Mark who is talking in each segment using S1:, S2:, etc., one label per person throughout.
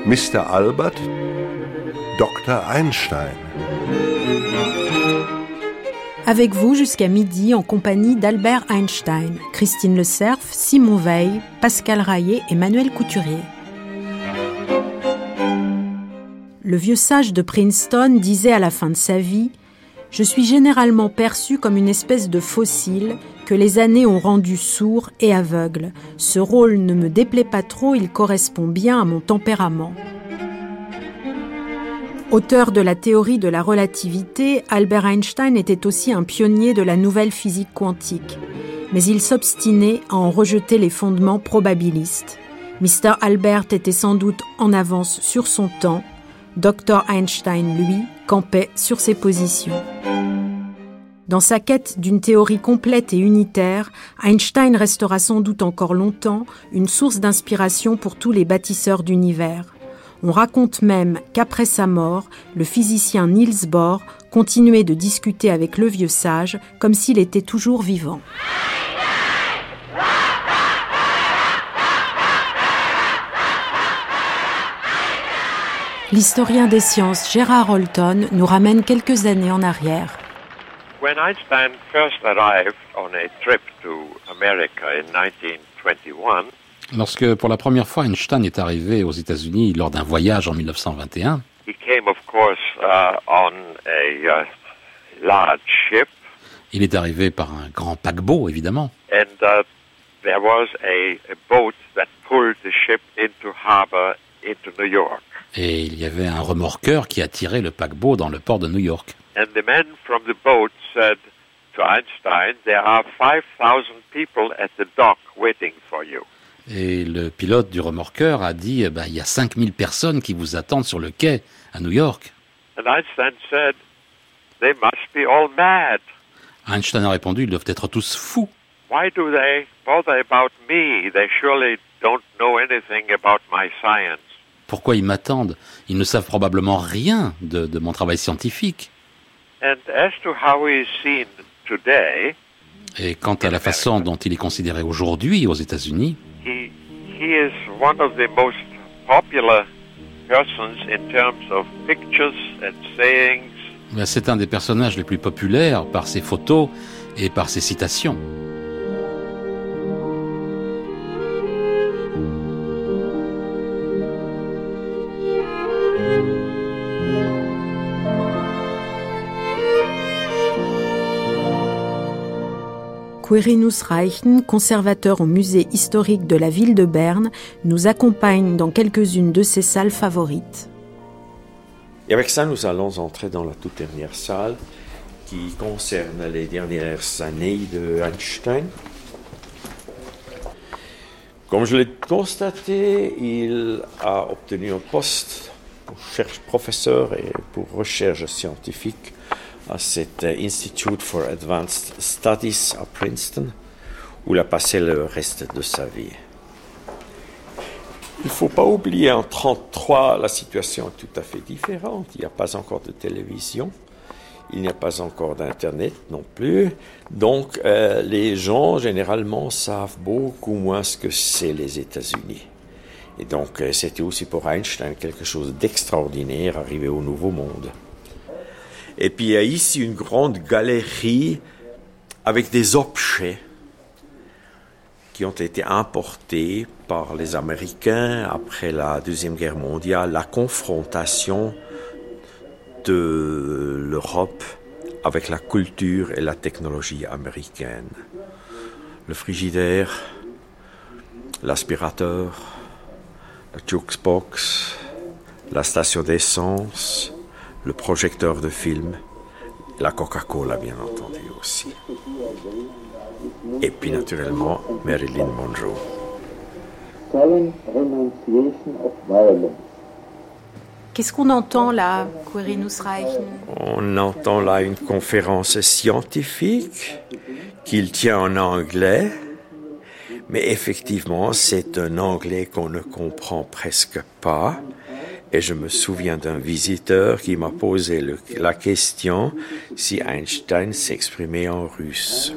S1: Mr. Albert, Dr. Einstein.
S2: Avec vous jusqu'à midi en compagnie d'Albert Einstein, Christine Le Cerf, Simon Veil, Pascal Raillet et Manuel Couturier. Le vieux sage de Princeton disait à la fin de sa vie « Je suis généralement perçu comme une espèce de fossile que les années ont rendu sourd et aveugle. Ce rôle ne me déplaît pas trop, il correspond bien à mon tempérament. » Auteur de la théorie de la relativité, Albert Einstein était aussi un pionnier de la nouvelle physique quantique. Mais il s'obstinait à en rejeter les fondements probabilistes. Mr. Albert était sans doute en avance sur son temps. Dr. Einstein, lui, campait sur ses positions. Dans sa quête d'une théorie complète et unitaire, Einstein restera sans doute encore longtemps une source d'inspiration pour tous les bâtisseurs d'univers. On raconte même qu'après sa mort, le physicien Niels Bohr continuait de discuter avec le vieux sage comme s'il était toujours vivant. L'historien des sciences Gérard Holton nous ramène quelques années en arrière.
S3: When Einstein first arrived on a trip to America in 1921,
S4: lorsque pour la première fois Einstein est arrivé aux États-Unis lors d'un voyage en 1921,
S3: he came of course on a large ship.
S4: Il est arrivé par un grand paquebot évidemment.
S3: And there was a boat that pulled the ship into harbor into New York.
S4: Et il y avait un remorqueur qui a tiré le paquebot dans le port de New York.
S3: And the men from the boat said to Einstein, there are 5,000 people at the dock waiting for you.
S4: Et le pilote du remorqueur a dit, il y a 5000 personnes qui vous attendent sur le quai à New York.
S3: And Einstein said, they must be all mad.
S4: Einstein a répondu, ils doivent être tous fous.
S3: Why do they bother about me? They surely don't know anything about my science.
S4: Pourquoi ils m'attendent? Ils ne savent probablement rien de mon travail scientifique.
S3: And as to how he is seen today,
S4: et quant à la façon dont il est considéré aujourd'hui aux États-Unis,
S3: he is one of the most popular persons in terms of pictures and sayings.
S4: C'est un des personnages les plus populaires par ses photos et par ses citations.
S2: Quirinus Reichen, conservateur au musée historique de la ville de Berne, nous accompagne dans quelques-unes de ses salles favorites.
S5: Et avec ça, nous allons entrer dans la toute dernière salle qui concerne les dernières années de Einstein. Comme je l'ai constaté, il a obtenu un poste pour professeur et pour recherche scientifique à cet Institute for Advanced Studies à Princeton, où il a passé le reste de sa vie. Il ne faut pas oublier, en 1933, la situation est tout à fait différente. Il n'y a pas encore de télévision, il n'y a pas encore d'Internet non plus. Donc, les gens, généralement, savent beaucoup moins ce que c'est les États-Unis. Et donc, c'était aussi pour Einstein quelque chose d'extraordinaire, arrivé au Nouveau Monde. Et puis, il y a ici une grande galerie avec des objets qui ont été importés par les Américains après la Deuxième Guerre mondiale, la confrontation de l'Europe avec la culture et la technologie américaine. Le frigidaire, l'aspirateur, la jukebox, la station d'essence, le projecteur de film, la Coca-Cola bien entendu aussi. Et puis naturellement Marilyn Monroe.
S2: Qu'est-ce qu'on entend là, Quirinus Reichen?
S5: On entend là une conférence scientifique qu'il tient en anglais, mais effectivement c'est un anglais qu'on ne comprend presque pas. Et je me souviens d'un visiteur qui m'a posé la question si Einstein s'exprimait en russe.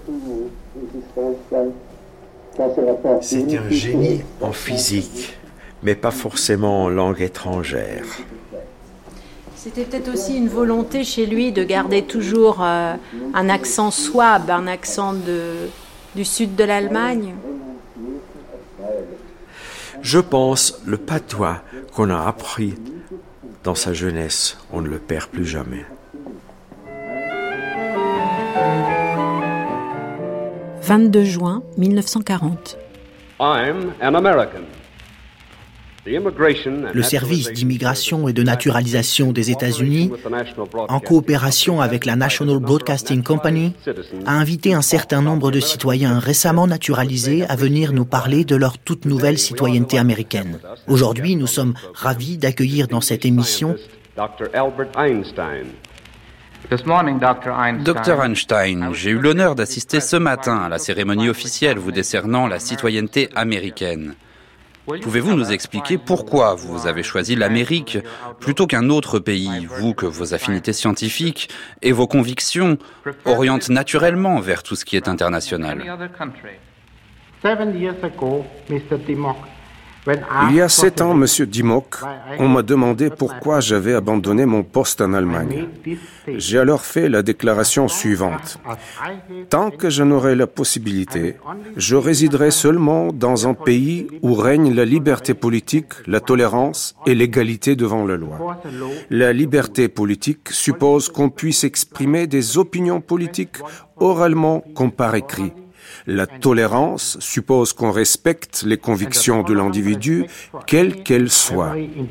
S5: C'était un génie en physique, mais pas forcément en langue étrangère.
S2: C'était peut-être aussi une volonté chez lui de garder toujours un accent souabe, un accent du sud de l'Allemagne.
S5: Je pense le patois qu'on a appris dans sa jeunesse, on ne le perd plus jamais.
S2: 22 juin 1940.
S6: I'm an American.
S7: Le service d'immigration et de naturalisation des États-Unis, en coopération avec la National Broadcasting Company, a invité un certain nombre de citoyens récemment naturalisés à venir nous parler de leur toute nouvelle citoyenneté américaine. Aujourd'hui, nous sommes ravis d'accueillir dans cette émission
S8: Dr Einstein, j'ai eu l'honneur d'assister ce matin à la cérémonie officielle vous décernant la citoyenneté américaine. Pouvez-vous nous expliquer pourquoi vous avez choisi l'Amérique plutôt qu'un autre pays, vous que vos affinités scientifiques et vos convictions orientent naturellement vers tout ce qui est international?
S9: Il y a 7 ans, Monsieur Dimmock, on m'a demandé pourquoi j'avais abandonné mon poste en Allemagne. J'ai alors fait la déclaration suivante. Tant que j'en aurai la possibilité, je résiderai seulement dans un pays où règne la liberté politique, la tolérance et l'égalité devant la loi. La liberté politique suppose qu'on puisse exprimer des opinions politiques oralement comme par écrit. La tolérance suppose qu'on respecte les convictions de l'individu, quelles qu'elles soient.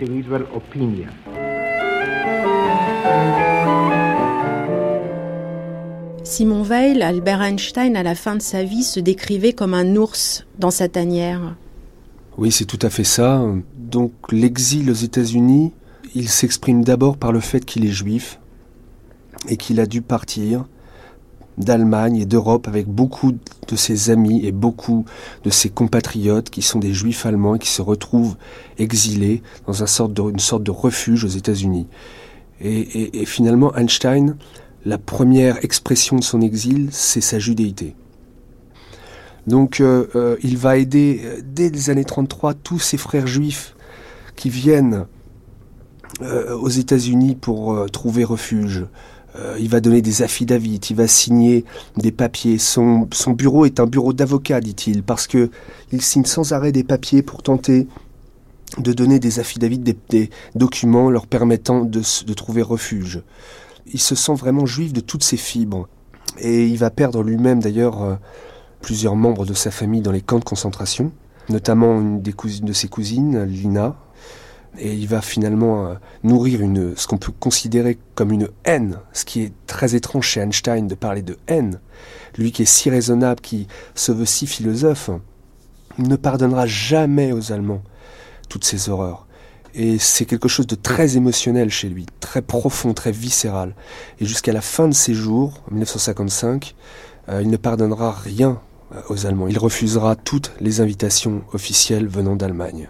S2: Simon Weil, Albert Einstein, à la fin de sa vie, se décrivait comme un ours dans sa tanière.
S10: Oui, c'est tout à fait ça. Donc l'exil aux États-Unis, il s'exprime d'abord par le fait qu'il est juif et qu'il a dû partir d'Allemagne et d'Europe avec beaucoup de ses amis et beaucoup de ses compatriotes qui sont des juifs allemands et qui se retrouvent exilés dans une sorte de refuge aux États-Unis. Et finalement, Einstein, la première expression de son exil, c'est sa judéité. Donc il va aider dès les années 33 tous ses frères juifs qui viennent aux États-Unis pour trouver refuge. Il va donner des affidavits, il va signer des papiers. Son bureau est un bureau d'avocat, dit-il, parce que il signe sans arrêt des papiers pour tenter de donner des affidavits, des documents leur permettant de trouver refuge. Il se sent vraiment juif de toutes ses fibres. Et il va perdre lui-même d'ailleurs plusieurs membres de sa famille dans les camps de concentration, notamment une de ses cousines, Lina. Et il va finalement nourrir ce qu'on peut considérer comme une haine, ce qui est très étrange chez Einstein de parler de haine. Lui qui est si raisonnable, qui se veut si philosophe, ne pardonnera jamais aux Allemands toutes ces horreurs. Et c'est quelque chose de très émotionnel chez lui, très profond, très viscéral. Et jusqu'à la fin de ses jours, en 1955, il ne pardonnera rien aux Allemands. Il refusera toutes les invitations officielles venant d'Allemagne.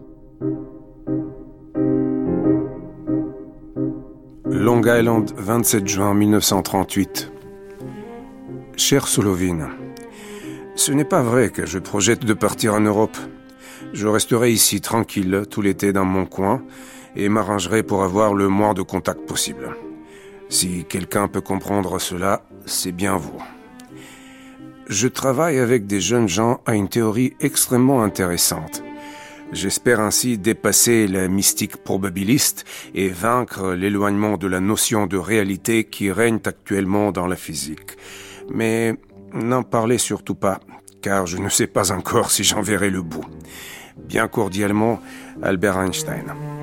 S9: Long Island, 27 juin 1938. Cher Solovine, ce n'est pas vrai que je projette de partir en Europe. Je resterai ici tranquille tout l'été dans mon coin et m'arrangerai pour avoir le moins de contacts possible. Si quelqu'un peut comprendre cela, c'est bien vous. Je travaille avec des jeunes gens à une théorie extrêmement intéressante. J'espère ainsi dépasser la mystique probabiliste et vaincre l'éloignement de la notion de réalité qui règne actuellement dans la physique. Mais n'en parlez surtout pas, car je ne sais pas encore si j'en verrai le bout. Bien cordialement, Albert Einstein.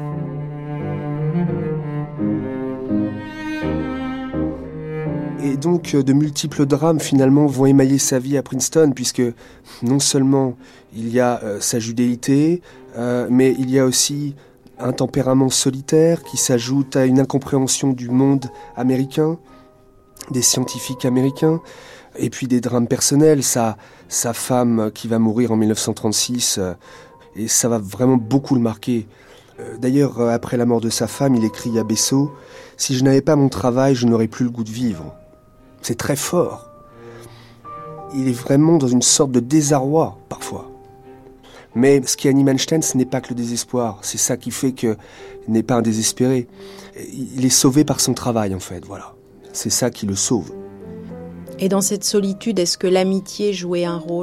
S10: Et donc, de multiples drames, finalement, vont émailler sa vie à Princeton, puisque non seulement il y a sa judéité, mais il y a aussi un tempérament solitaire qui s'ajoute à une incompréhension du monde américain, des scientifiques américains, et puis des drames personnels. Sa femme qui va mourir en 1936, et ça va vraiment beaucoup le marquer. D'ailleurs, après la mort de sa femme, il écrit à Bessot « Si je n'avais pas mon travail, je n'aurais plus le goût de vivre ». C'est très fort. Il est vraiment dans une sorte de désarroi, parfois. Mais ce qui anime Einstein, ce n'est pas que le désespoir. C'est ça qui fait qu'il n'est pas un désespéré. Il est sauvé par son travail, en fait, voilà. C'est ça qui le sauve.
S2: Et dans cette solitude, est-ce que l'amitié jouait un rôle ?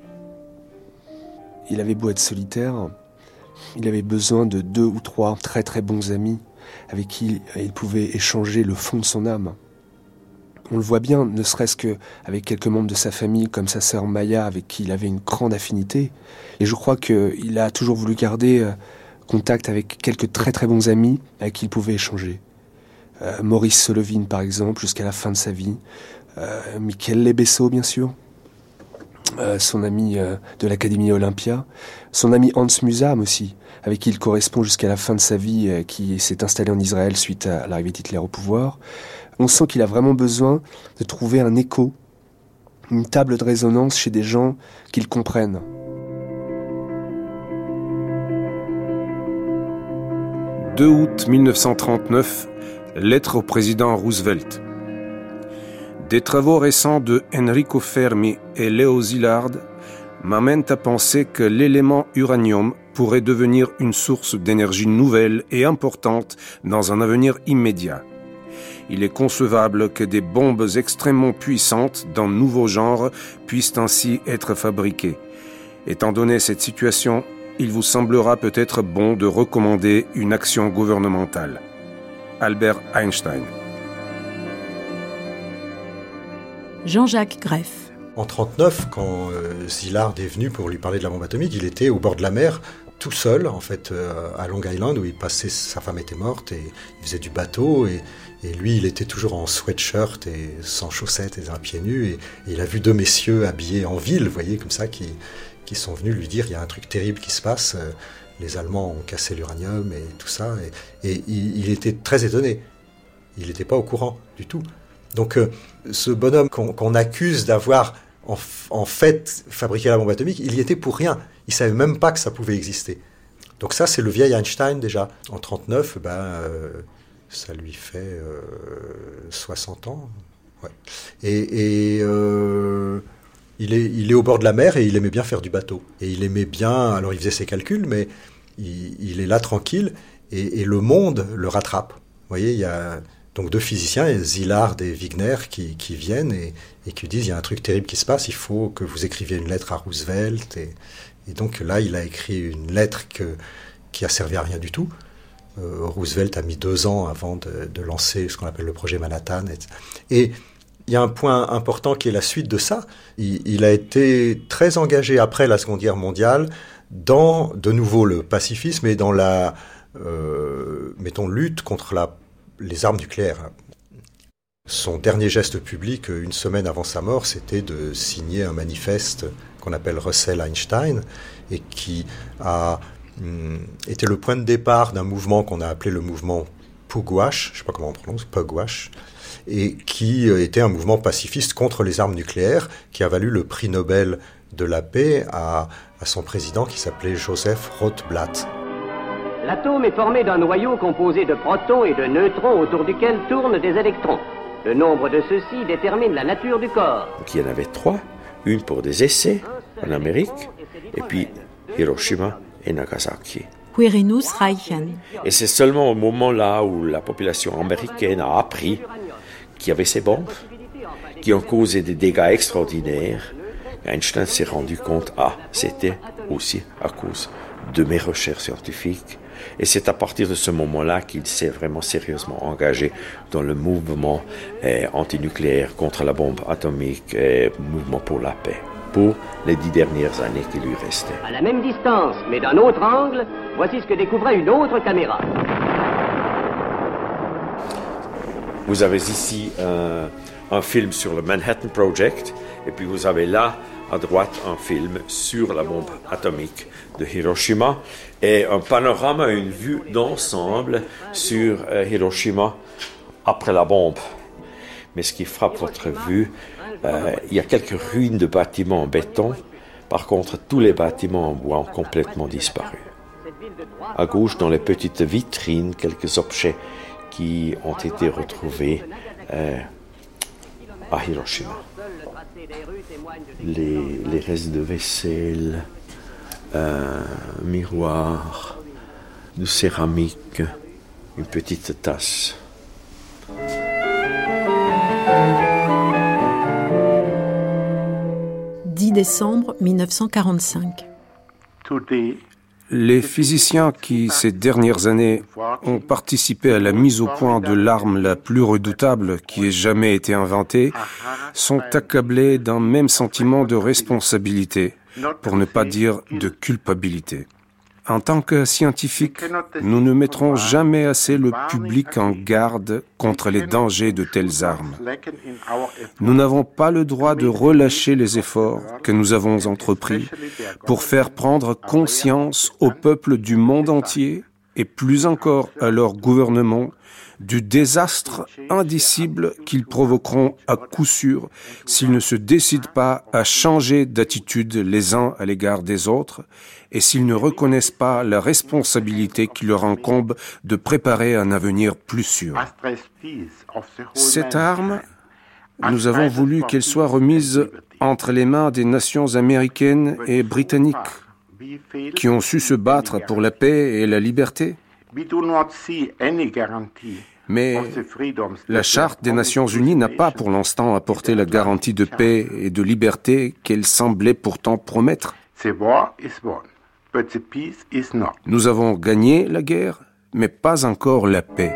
S10: Il avait beau être solitaire, il avait besoin de 2 ou 3 très très bons amis avec qui il pouvait échanger le fond de son âme. On le voit bien, ne serait-ce qu'avec quelques membres de sa famille, comme sa sœur Maya, avec qui il avait une grande affinité. Et je crois qu'il a toujours voulu garder contact avec quelques très très bons amis avec qui il pouvait échanger. Maurice Solovine, par exemple, jusqu'à la fin de sa vie. Michele Besso, bien sûr. Son ami de l'Académie Olympia. Son ami Hans Musam aussi, avec qui il correspond jusqu'à la fin de sa vie, qui s'est installé en Israël suite à l'arrivée d'Hitler au pouvoir. On sent qu'il a vraiment besoin de trouver un écho, une table de résonance chez des gens qu'il comprennent.
S9: « 2 août 1939, lettre au président Roosevelt. Des travaux récents de Enrico Fermi et Léo Szilard m'amènent à penser que l'élément uranium pourrait devenir une source d'énergie nouvelle et importante dans un avenir immédiat. Il est concevable que des bombes extrêmement puissantes d'un nouveau genre puissent ainsi être fabriquées. Étant donné cette situation, il vous semblera peut-être bon de recommander une action gouvernementale. Albert Einstein.
S2: Jean-Jacques Greff.
S11: En 1939, quand Szilard est venu pour lui parler de la bombe atomique, il était au bord de la mer, tout seul, en fait, à Long Island, où il passait, sa femme était morte, et il faisait du bateau, et lui, il était toujours en sweatshirt et sans chaussettes et à pieds nus, et il a vu 2 messieurs habillés en ville, vous voyez, comme ça, qui sont venus lui dire, il y a un truc terrible qui se passe, les Allemands ont cassé l'uranium et tout ça, et il était très étonné. Il n'était pas au courant du tout. Donc, ce bonhomme qu'on accuse d'avoir en fait fabriqué la bombe atomique, il y était pour rien. Il savait même pas que ça pouvait exister. Donc ça, c'est le vieil Einstein déjà. En 1939, ça lui fait 60 ans. Ouais. Et il est au bord de la mer et il aimait bien faire du bateau. Et il aimait bien, alors il faisait ses calculs, mais il est là tranquille et le monde le rattrape. Vous voyez, il y a donc 2 physiciens, Szilard et Wigner, qui viennent et qui disent il y a un truc terrible qui se passe, il faut que vous écriviez une lettre à Roosevelt. Et donc là, il a écrit une lettre qui a servi à rien du tout. Roosevelt a mis 2 ans avant de lancer ce qu'on appelle le projet Manhattan. Et il y a un point important qui est la suite de ça. Il a été très engagé après la Seconde Guerre mondiale dans, de nouveau, le pacifisme et dans la lutte contre les armes nucléaires. Son dernier geste public, une semaine avant sa mort, c'était de signer un manifeste qu'on appelle Russell-Einstein et qui a été le point de départ d'un mouvement qu'on a appelé le mouvement Pugwash, je ne sais pas comment on prononce, Pugwash, et qui était un mouvement pacifiste contre les armes nucléaires qui a valu le prix Nobel de la paix à son président qui s'appelait Joseph Rotblat.
S12: L'atome est formé d'un noyau composé de protons et de neutrons autour duquel tournent des électrons. Le nombre de ceux-ci détermine la nature du corps.
S5: Donc, il y en avait 3, une pour des essais en Amérique, et puis Hiroshima et Nagasaki.
S2: Quirinus Reichen.
S5: Et c'est seulement au moment là où la population américaine a appris qu'il y avait ces bombes qui ont causé des dégâts extraordinaires, Einstein s'est rendu compte, c'était aussi à cause de mes recherches scientifiques. Et c'est à partir de ce moment-là qu'il s'est vraiment sérieusement engagé dans le mouvement antinucléaire contre la bombe atomique et mouvement pour la paix, pour les 10 dernières années qui lui restaient.
S12: À la même distance, mais d'un autre angle, voici ce que découvrait une autre caméra.
S5: Vous avez ici un film sur le Manhattan Project, et puis vous avez là, à droite, un film sur la bombe atomique de Hiroshima, et un panorama, une vue d'ensemble sur Hiroshima après la bombe. Mais ce qui frappe votre vue, il y a quelques ruines de bâtiments en béton. Par contre, tous les bâtiments en bois ont complètement disparu. À gauche, dans les petites vitrines, quelques objets qui ont été retrouvés à Hiroshima. Les restes de vaisselle, un miroir de céramique, une petite tasse.
S2: « 10 décembre 1945.
S9: Les physiciens qui, ces dernières années, ont participé à la mise au point de l'arme la plus redoutable qui ait jamais été inventée, sont accablés d'un même sentiment de responsabilité, pour ne pas dire de culpabilité. En tant que scientifiques, nous ne mettrons jamais assez le public en garde contre les dangers de telles armes. Nous n'avons pas le droit de relâcher les efforts que nous avons entrepris pour faire prendre conscience au peuple du monde entier et plus encore à leur gouvernement du désastre indicible qu'ils provoqueront à coup sûr s'ils ne se décident pas à changer d'attitude les uns à l'égard des autres et s'ils ne reconnaissent pas la responsabilité qui leur incombe de préparer un avenir plus sûr. Cette arme, nous avons voulu qu'elle soit remise entre les mains des nations américaines et britanniques, qui ont su se battre pour la paix et la liberté. Mais la Charte des Nations Unies n'a pas pour l'instant apporté la garantie de paix et de liberté qu'elle semblait pourtant promettre. Nous avons gagné la guerre, mais pas encore la paix.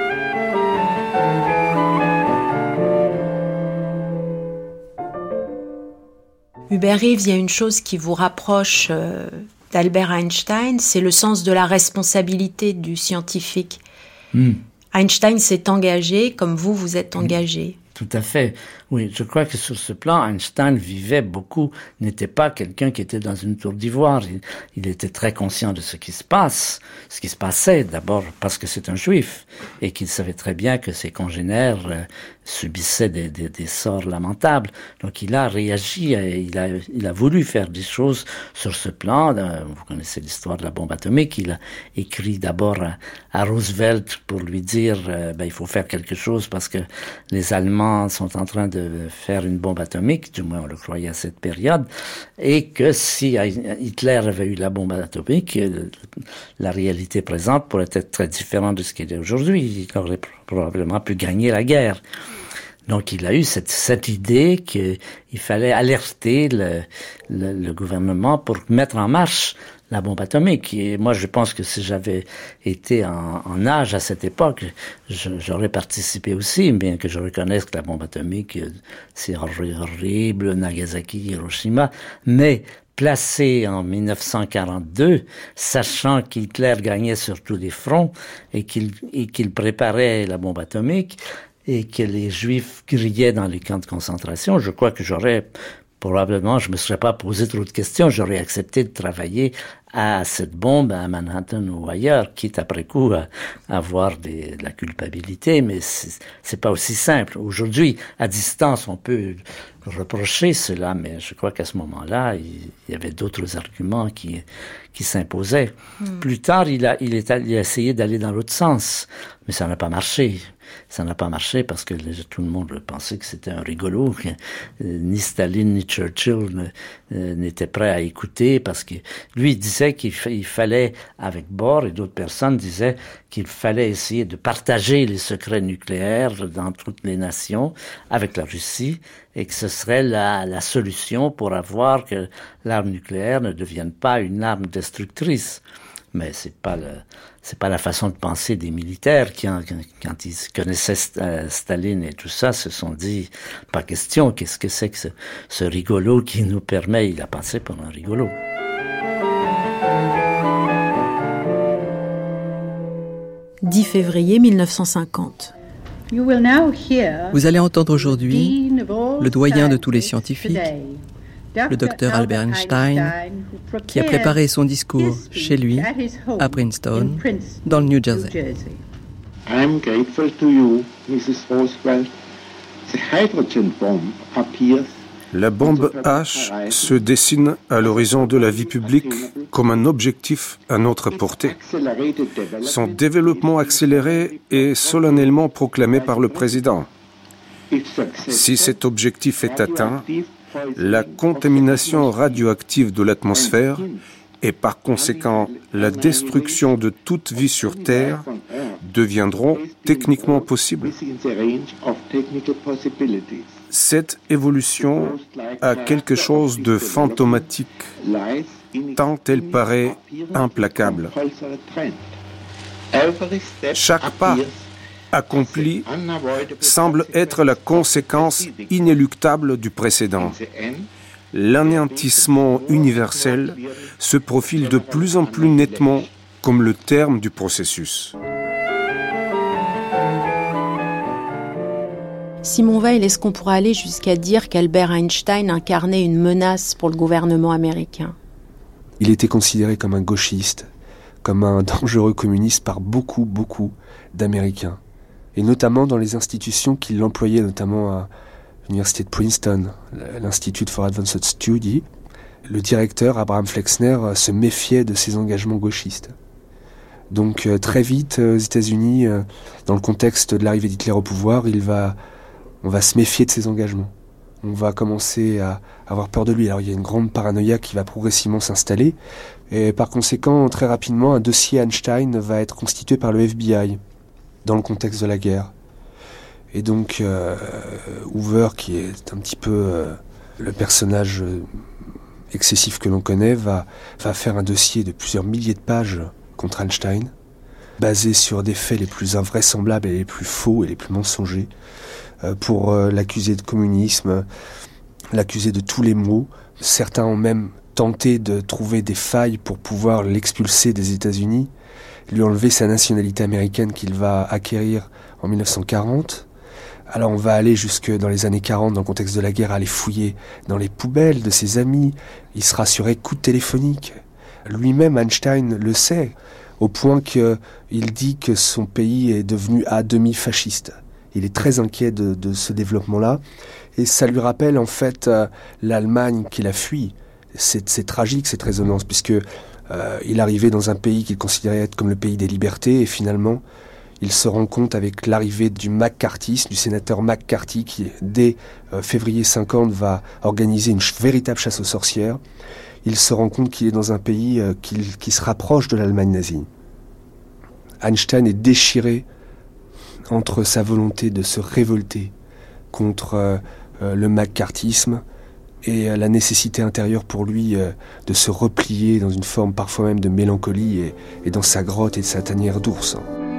S2: Hubert Reeves, il y a une chose qui vous rapproche d'Albert Einstein, c'est le sens de la responsabilité du scientifique. Einstein s'est engagé comme vous êtes engagé.
S13: Tout à fait. Oui, je crois que sur ce plan, Einstein vivait beaucoup, n'était pas quelqu'un qui était dans une tour d'ivoire. Il était très conscient de ce qui se passait d'abord parce que c'est un juif et qu'il savait très bien que ses congénères subissaient des sorts lamentables. Donc il a réagi, il a voulu faire des choses sur ce plan. Vous connaissez l'histoire de la bombe atomique. Il a écrit d'abord à Roosevelt pour lui dire il faut faire quelque chose parce que les Allemands sont en train de faire une bombe atomique, du moins on le croyait à cette période, et que si Hitler avait eu la bombe atomique, la réalité présente pourrait être très différente de ce qu'elle est aujourd'hui. Il aurait probablement pu gagner la guerre. Donc il a eu cette idée qu'il fallait alerter le gouvernement pour mettre en marche la bombe atomique. Et moi, je pense que si j'avais été en âge à cette époque, j'aurais participé aussi, bien que je reconnaisse que la bombe atomique, c'est horrible, Nagasaki, Hiroshima, mais placé en 1942, sachant qu'Hitler gagnait sur tous les fronts et qu'il préparait la bombe atomique et que les Juifs grillaient dans les camps de concentration, je crois que probablement, je me serais pas posé trop de questions, j'aurais accepté de travailler à cette bombe à Manhattan ou ailleurs, quitte après coup à avoir de la culpabilité, mais c'est pas aussi simple. Aujourd'hui, à distance, on peut reprocher cela, mais je crois qu'à ce moment-là, il y avait d'autres arguments qui s'imposaient. Plus tard, il a essayé d'aller dans l'autre sens, mais ça n'a pas marché. Ça n'a pas marché parce que tout le monde pensait que c'était un rigolo, que ni Staline ni Churchill n'étaient prêts à écouter parce que lui disait qu'il fallait, avec Bohr et d'autres personnes disaient qu'il fallait essayer de partager les secrets nucléaires dans toutes les nations avec la Russie et que ce serait la solution pour avoir que l'arme nucléaire ne devienne pas une arme destructrice. Mais c'est pas la façon de penser des militaires qui, quand ils connaissaient Staline et tout ça, se sont dit, pas question, qu'est-ce que c'est que ce rigolo qui nous permet, il a passé pour un rigolo.
S2: « 10 février 1950.
S14: Vous allez entendre aujourd'hui le doyen de tous les scientifiques, le docteur Albert Einstein, qui a préparé son discours chez lui, à Princeton, dans le New Jersey.
S15: I am grateful to you, Mrs. Roosevelt. The hydrogen bomb appears.
S9: La bombe H se dessine à l'horizon de la vie publique comme un objectif à notre portée. Son développement accéléré est solennellement proclamé par le président. Si cet objectif est atteint, la contamination radioactive de l'atmosphère et par conséquent la destruction de toute vie sur Terre deviendront techniquement possibles. Cette évolution a quelque chose de fantomatique, tant elle paraît implacable. Chaque pas accompli semble être la conséquence inéluctable du précédent. L'anéantissement universel se profile de plus en plus nettement comme le terme du processus.
S2: Simon Weil, est-ce qu'on pourrait aller jusqu'à dire qu'Albert Einstein incarnait une menace pour le gouvernement américain ?
S10: Il était considéré comme un gauchiste, comme un dangereux communiste par beaucoup d'Américains. Et notamment dans les institutions qui l'employaient, notamment à l'université de Princeton, l'Institute for Advanced Study. Le directeur, Abraham Flexner, se méfiait de ses engagements gauchistes. Donc très vite, aux États-Unis, dans le contexte de l'arrivée d'Hitler au pouvoir, on va se méfier de ses engagements. On va commencer à avoir peur de lui. Alors il y a une grande paranoïa qui va progressivement s'installer. Et par conséquent, très rapidement, un dossier Einstein va être constitué par le FBI dans le contexte de la guerre. Et donc Hoover, qui est un petit peu le personnage excessif que l'on connaît, va faire un dossier de plusieurs milliers de pages contre Einstein, basé sur des faits les plus invraisemblables et les plus faux et les plus mensongers, pour l'accuser de communisme, l'accuser de tous les maux. Certains ont même tenté de trouver des failles pour pouvoir l'expulser des États-Unis, lui enlever sa nationalité américaine qu'il va acquérir en 1940. Alors on va aller jusque dans les années 40, dans le contexte de la guerre, aller fouiller dans les poubelles de ses amis. Il sera sur écoute téléphonique. Lui-même, Einstein, le sait, au point qu'il dit que son pays est devenu à demi fasciste. Il est très inquiet de ce développement-là. Et ça lui rappelle en fait l'Allemagne qu'il a fui. C'est tragique cette résonance, puisque il arrivait dans un pays qu'il considérait être comme le pays des libertés, et finalement il se rend compte avec l'arrivée du McCarthyisme, du sénateur McCarthy, qui dès février 50 va organiser une véritable chasse aux sorcières. Il se rend compte qu'il est dans un pays qui se rapproche de l'Allemagne nazie. Einstein est déchiré entre sa volonté de se révolter contre le McCarthyisme et la nécessité intérieure pour lui de se replier dans une forme parfois même de mélancolie et dans sa grotte et sa tanière d'ours.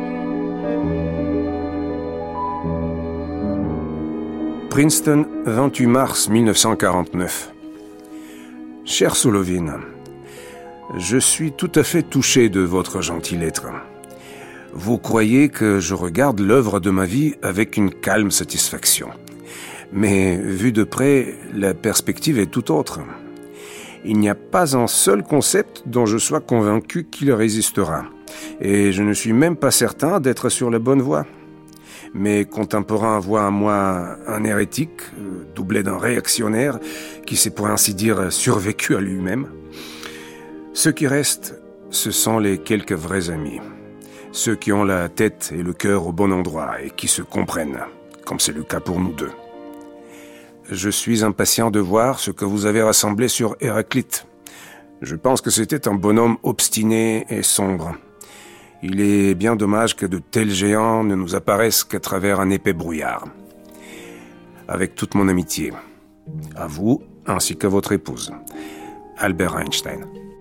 S9: Princeton, 28 mars 1949. Cher Solovine, je suis tout à fait touché de votre gentille lettre. Vous croyez que je regarde l'œuvre de ma vie avec une calme satisfaction. Mais vu de près, la perspective est tout autre. Il n'y a pas un seul concept dont je sois convaincu qu'il résistera. Et je ne suis même pas certain d'être sur la bonne voie. Mes contemporains voient en moi un hérétique, doublé d'un réactionnaire, qui s'est pour ainsi dire survécu à lui-même. Ce qui reste, ce sont les quelques vrais amis. Ceux qui ont la tête et le cœur au bon endroit et qui se comprennent, comme c'est le cas pour nous deux. Je suis impatient de voir ce que vous avez rassemblé sur Héraclite. Je pense que c'était un bonhomme obstiné et sombre. Il est bien dommage que de tels géants ne nous apparaissent qu'à travers un épais brouillard. Avec toute mon amitié, à vous ainsi qu'à votre épouse, Albert Einstein.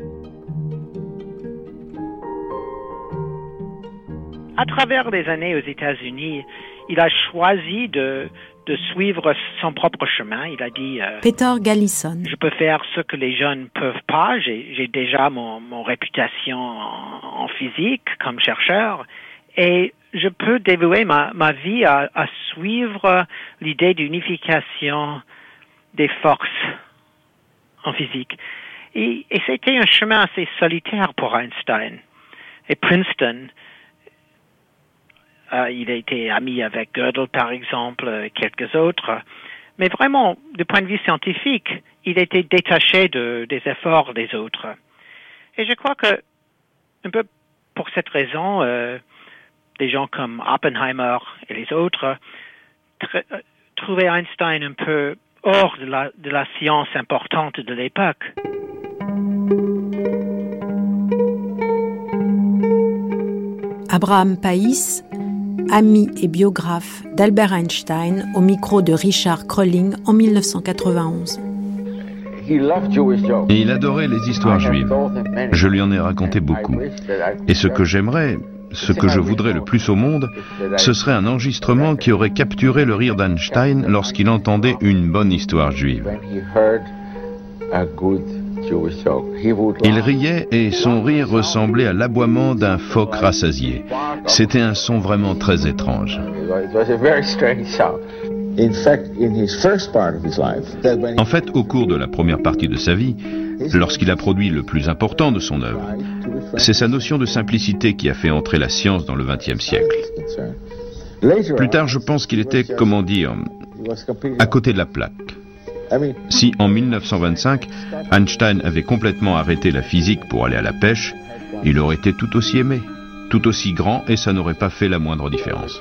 S16: À travers les années aux États-Unis, il a choisi de suivre son propre chemin. Il a dit
S2: Peter Gallison.
S16: Je peux faire ce que les jeunes ne peuvent pas. J'ai déjà mon réputation en physique comme chercheur et je peux dévouer ma vie à suivre l'idée d'unification des forces en physique. Et c'était un chemin assez solitaire pour Einstein. Et Princeton, il a été ami avec Gödel, par exemple, quelques autres. Mais vraiment, du point de vue scientifique, il était détaché des efforts des autres. Et je crois que, un peu pour cette raison, des gens comme Oppenheimer et les autres trouvaient Einstein un peu hors de la science importante de l'époque.
S2: Abraham Pais, ami et biographe d'Albert Einstein, au micro de Richard Crolling en 1991.
S17: Et il adorait les histoires juives. Je lui en ai raconté beaucoup. Et ce que j'aimerais, ce que je voudrais le plus au monde, ce serait un enregistrement qui aurait capturé le rire d'Einstein lorsqu'il entendait une bonne histoire juive. Il riait et son rire ressemblait à l'aboiement d'un phoque rassasié. C'était un son vraiment très étrange. En fait, au cours de la première partie de sa vie, lorsqu'il a produit le plus important de son œuvre, c'est sa notion de simplicité qui a fait entrer la science dans le XXe siècle. Plus tard, je pense qu'il était, comment dire, à côté de la plaque. Si, en 1925, Einstein avait complètement arrêté la physique pour aller à la pêche, il aurait été tout aussi aimé, tout aussi grand, et ça n'aurait pas fait la moindre différence.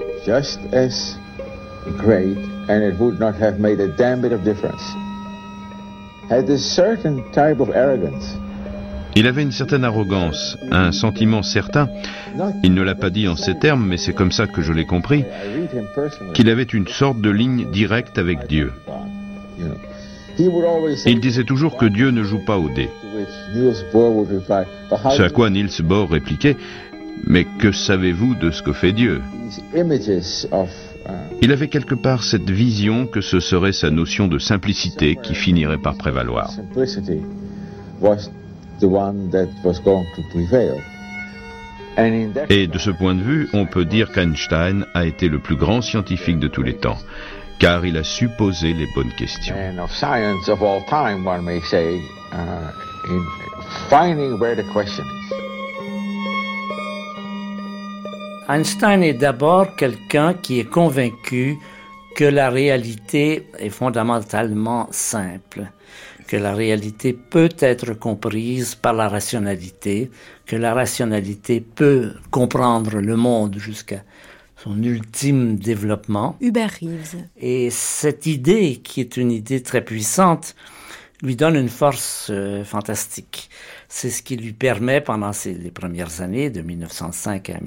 S15: Great, and it would not have made a damn bit of difference. Had a certain type of arrogance.
S17: Il avait une certaine arrogance, un sentiment certain, il ne l'a pas dit en ces termes, mais c'est comme ça que je l'ai compris, qu'il avait une sorte de ligne directe avec Dieu. Il disait toujours que Dieu ne joue pas au dé. Ce à quoi Niels Bohr répliquait, « Mais que savez-vous de ce que fait Dieu ?» Il avait quelque part cette vision que ce serait sa notion de simplicité qui finirait par prévaloir. Et de ce point de vue, on peut dire qu'Einstein a été le plus grand scientifique de tous les temps, car il a su poser les bonnes questions.
S13: Einstein est d'abord quelqu'un qui est convaincu que la réalité est fondamentalement simple, que la réalité peut être comprise par la rationalité, que la rationalité peut comprendre le monde jusqu'à son ultime développement.
S2: Hubert Reeves.
S13: Et cette idée, qui est une idée très puissante, lui donne une force fantastique. C'est ce qui lui permet, pendant les premières années, de 1905 à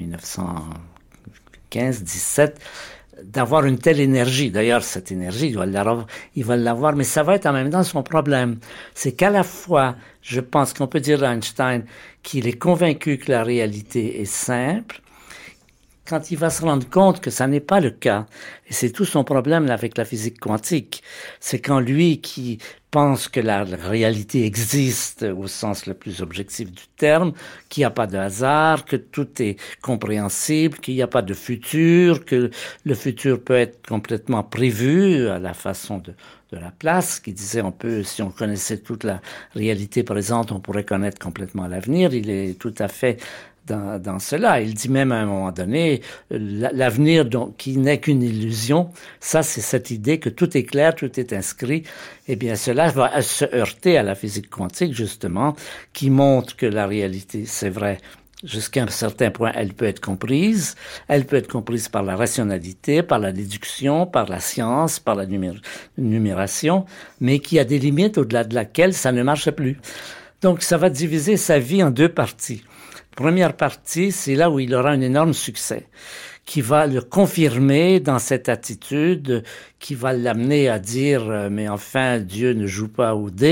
S13: 1915-17, d'avoir une telle énergie. D'ailleurs, cette énergie, il va l'avoir, mais ça va être en même temps son problème. C'est qu'à la fois, je pense qu'on peut dire d'Einstein qu'il est convaincu que la réalité est simple, quand il va se rendre compte que ça n'est pas le cas, et c'est tout son problème avec la physique quantique, c'est quand lui qui pense que la réalité existe au sens le plus objectif du terme, qu'il n'y a pas de hasard, que tout est compréhensible, qu'il n'y a pas de futur, que le futur peut être complètement prévu à la façon de Laplace, qui disait si on connaissait toute la réalité présente, on pourrait connaître complètement l'avenir. Il est tout à fait dans cela. Il dit même à un moment donné, l'avenir qui n'est qu'une illusion, ça c'est cette idée que tout est clair, tout est inscrit. Eh bien cela va se heurter à la physique quantique justement, qui montre que la réalité, c'est vrai, jusqu'à un certain point, elle peut être comprise. Elle peut être comprise par la rationalité, par la déduction, par la science, par la numération, mais qui a des limites au-delà de laquelle ça ne marche plus. Donc ça va diviser sa vie en deux parties. Première partie, c'est là où il aura un énorme succès, qui va le confirmer dans cette attitude, qui va l'amener à dire « mais enfin, Dieu ne joue pas au dé ».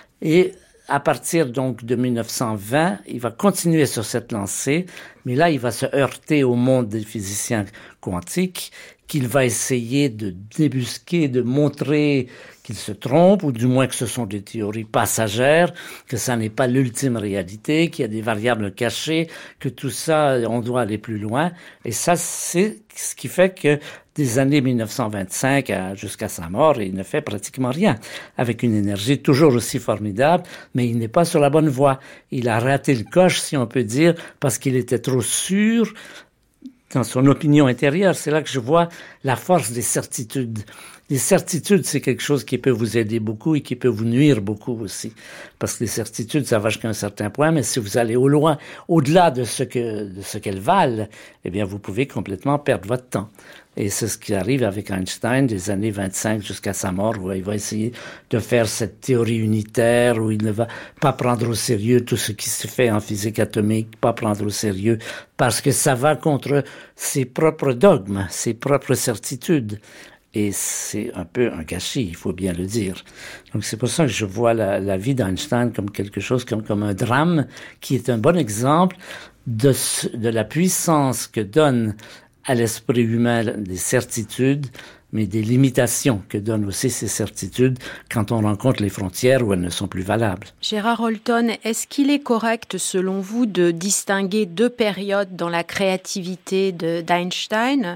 S13: Et à partir donc de 1920, il va continuer sur cette lancée, mais là, il va se heurter au monde des physiciens quantiques, qu'il va essayer de débusquer, de montrer qu'ils se trompent, ou du moins que ce sont des théories passagères, que ça n'est pas l'ultime réalité, qu'il y a des variables cachées, que tout ça, on doit aller plus loin. Et ça, c'est ce qui fait que des années 1925 jusqu'à sa mort, il ne fait pratiquement rien, avec une énergie toujours aussi formidable, mais il n'est pas sur la bonne voie. Il a raté le coche, si on peut dire, parce qu'il était trop sûr dans son opinion intérieure. C'est là que je vois la force des certitudes. Les certitudes, c'est quelque chose qui peut vous aider beaucoup et qui peut vous nuire beaucoup aussi. Parce que les certitudes, ça va jusqu'à un certain point, mais si vous allez au-delà de ce qu'elles valent, eh bien, vous pouvez complètement perdre votre temps. Et c'est ce qui arrive avec Einstein des années 25 jusqu'à sa mort, où il va essayer de faire cette théorie unitaire, où il ne va pas prendre au sérieux tout ce qui se fait en physique atomique, pas prendre au sérieux, parce que ça va contre ses propres dogmes, ses propres certitudes. Et c'est un peu un gâchis, il faut bien le dire. Donc c'est pour ça que je vois la vie d'Einstein comme quelque chose, comme un drame, qui est un bon exemple de la puissance que donne à l'esprit humain des certitudes, mais des limitations que donnent aussi ces certitudes quand on rencontre les frontières où elles ne sont plus valables.
S2: Gérard Holton, est-ce qu'il est correct, selon vous, de distinguer deux périodes dans la créativité d'Einstein ?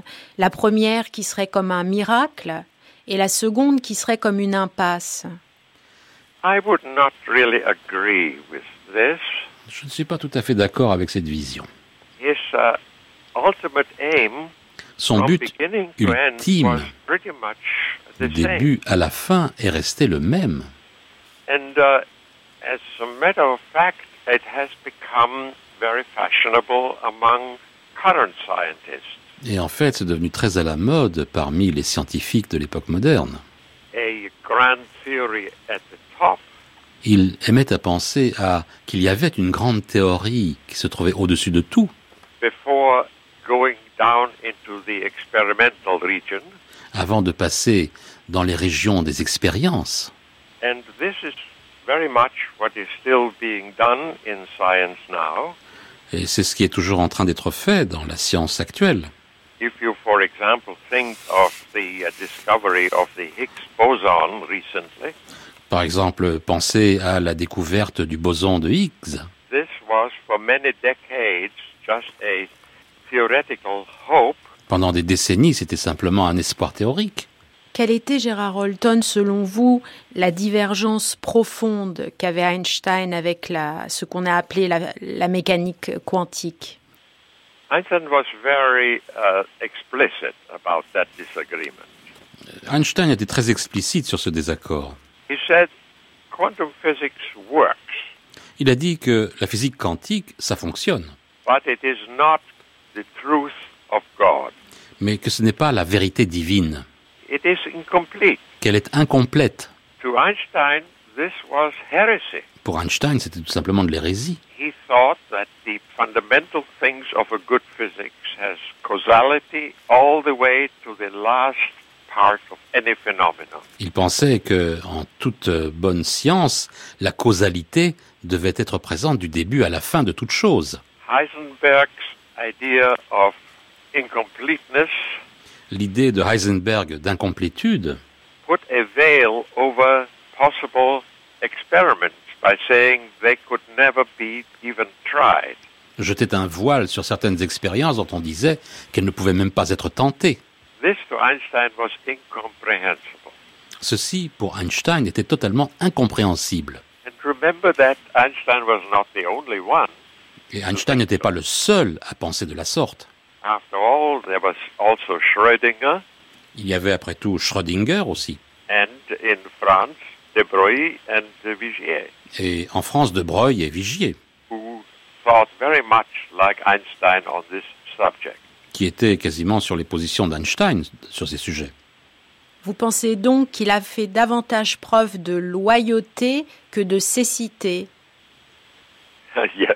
S2: La première qui serait comme un miracle et la seconde qui serait comme une impasse ?
S3: I would not really agree with this.
S4: Je ne suis pas tout à fait d'accord avec cette vision.
S3: His ultimate aim,
S4: son but ultime, du début à la fin, est resté le même.
S3: And as a matter of fact, it has become very fashionable among current scientists.
S4: Et en fait, c'est devenu très à la mode parmi les scientifiques de l'époque moderne.
S3: A grand theory at the top.
S4: Il aimait à penser qu'il y avait une grande théorie qui se trouvait au-dessus de tout.
S3: Before going down into the experimental region.
S4: Avant de passer dans les régions des expériences.
S3: And this is very much what is still being done in science now.
S4: Et c'est ce qui est toujours en train d'être fait dans la science actuelle.
S3: If you, for example, think of the discovery of the Higgs boson recently.
S4: Par exemple, pensez à la découverte du boson de Higgs.
S3: This was for many decades just a theoretical hope.
S4: Pendant des décennies, c'était simplement un espoir théorique.
S2: Quelle était, Gérard Holton, selon vous, la divergence profonde qu'avait Einstein avec ce qu'on a appelé la mécanique quantique?
S3: Einstein was very explicit about that disagreement.
S4: Einstein était très explicite sur ce désaccord.
S3: He said, quantum physics works.
S4: Il a dit que la physique quantique, ça fonctionne.
S3: But it is not the truth of God.
S4: Mais que ce n'est pas la vérité divine.
S3: It is incomplete.
S4: Qu'elle est incomplète.
S3: To Einstein, this was heresy.
S4: Pour Einstein, c'était tout simplement de l'hérésie.
S3: He thought that the fundamental things of a good physics has causality all the way to the last part of any phenomenon.
S4: Il pensait que, en toute bonne science, la causalité devait être présente du début à la fin de toute chose.
S3: Heisenberg's idea of incompleteness,
S4: l'idée de Heisenberg d'incomplétude,
S3: put a veil over possible experiments by saying they could never be even tried.
S4: Jetait un voile sur certaines expériences dont on disait qu'elles ne pouvaient même pas être tentées.
S3: This to Einstein was incomprehensible.
S4: Ceci, pour Einstein, était totalement incompréhensible.
S3: And remember that Einstein was not the only one.
S4: Et Einstein n'était pas le seul à penser de la sorte.
S3: After all, there was also Schrödinger.
S4: Il y avait après tout Schrödinger aussi.
S3: And in France, De Broglie and Vigier.
S4: Et en France, De Broglie et Vigier.
S3: Who thought very much like Einstein on this subject.
S4: Qui étaient quasiment sur les positions d'Einstein sur ces sujets.
S2: Vous pensez donc qu'il a fait davantage preuve de loyauté que de cécité?
S3: Yes.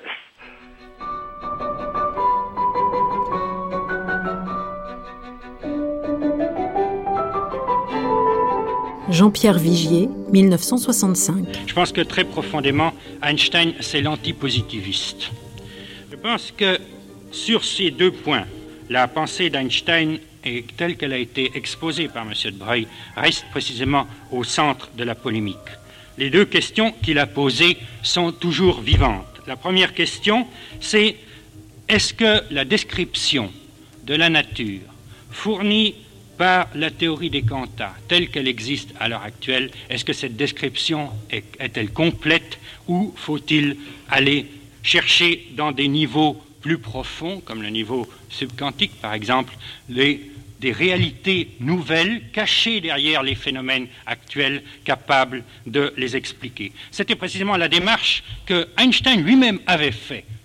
S2: Jean-Pierre Vigier, 1965.
S18: Je pense que très profondément, Einstein, c'est l'antipositiviste. Je pense que sur ces deux points, la pensée d'Einstein, telle qu'elle a été exposée par M. de Broglie, reste précisément au centre de la polémique. Les deux questions qu'il a posées sont toujours vivantes. La première question, c'est est-ce que la description de la nature fournie par la théorie des quanta, telle qu'elle existe à l'heure actuelle, est-ce que cette description est-elle complète ou faut-il aller chercher dans des niveaux plus profonds, comme le niveau subquantique par exemple, des réalités nouvelles cachées derrière les phénomènes actuels capables de les expliquer. C'était précisément la démarche que Einstein lui-même avait faite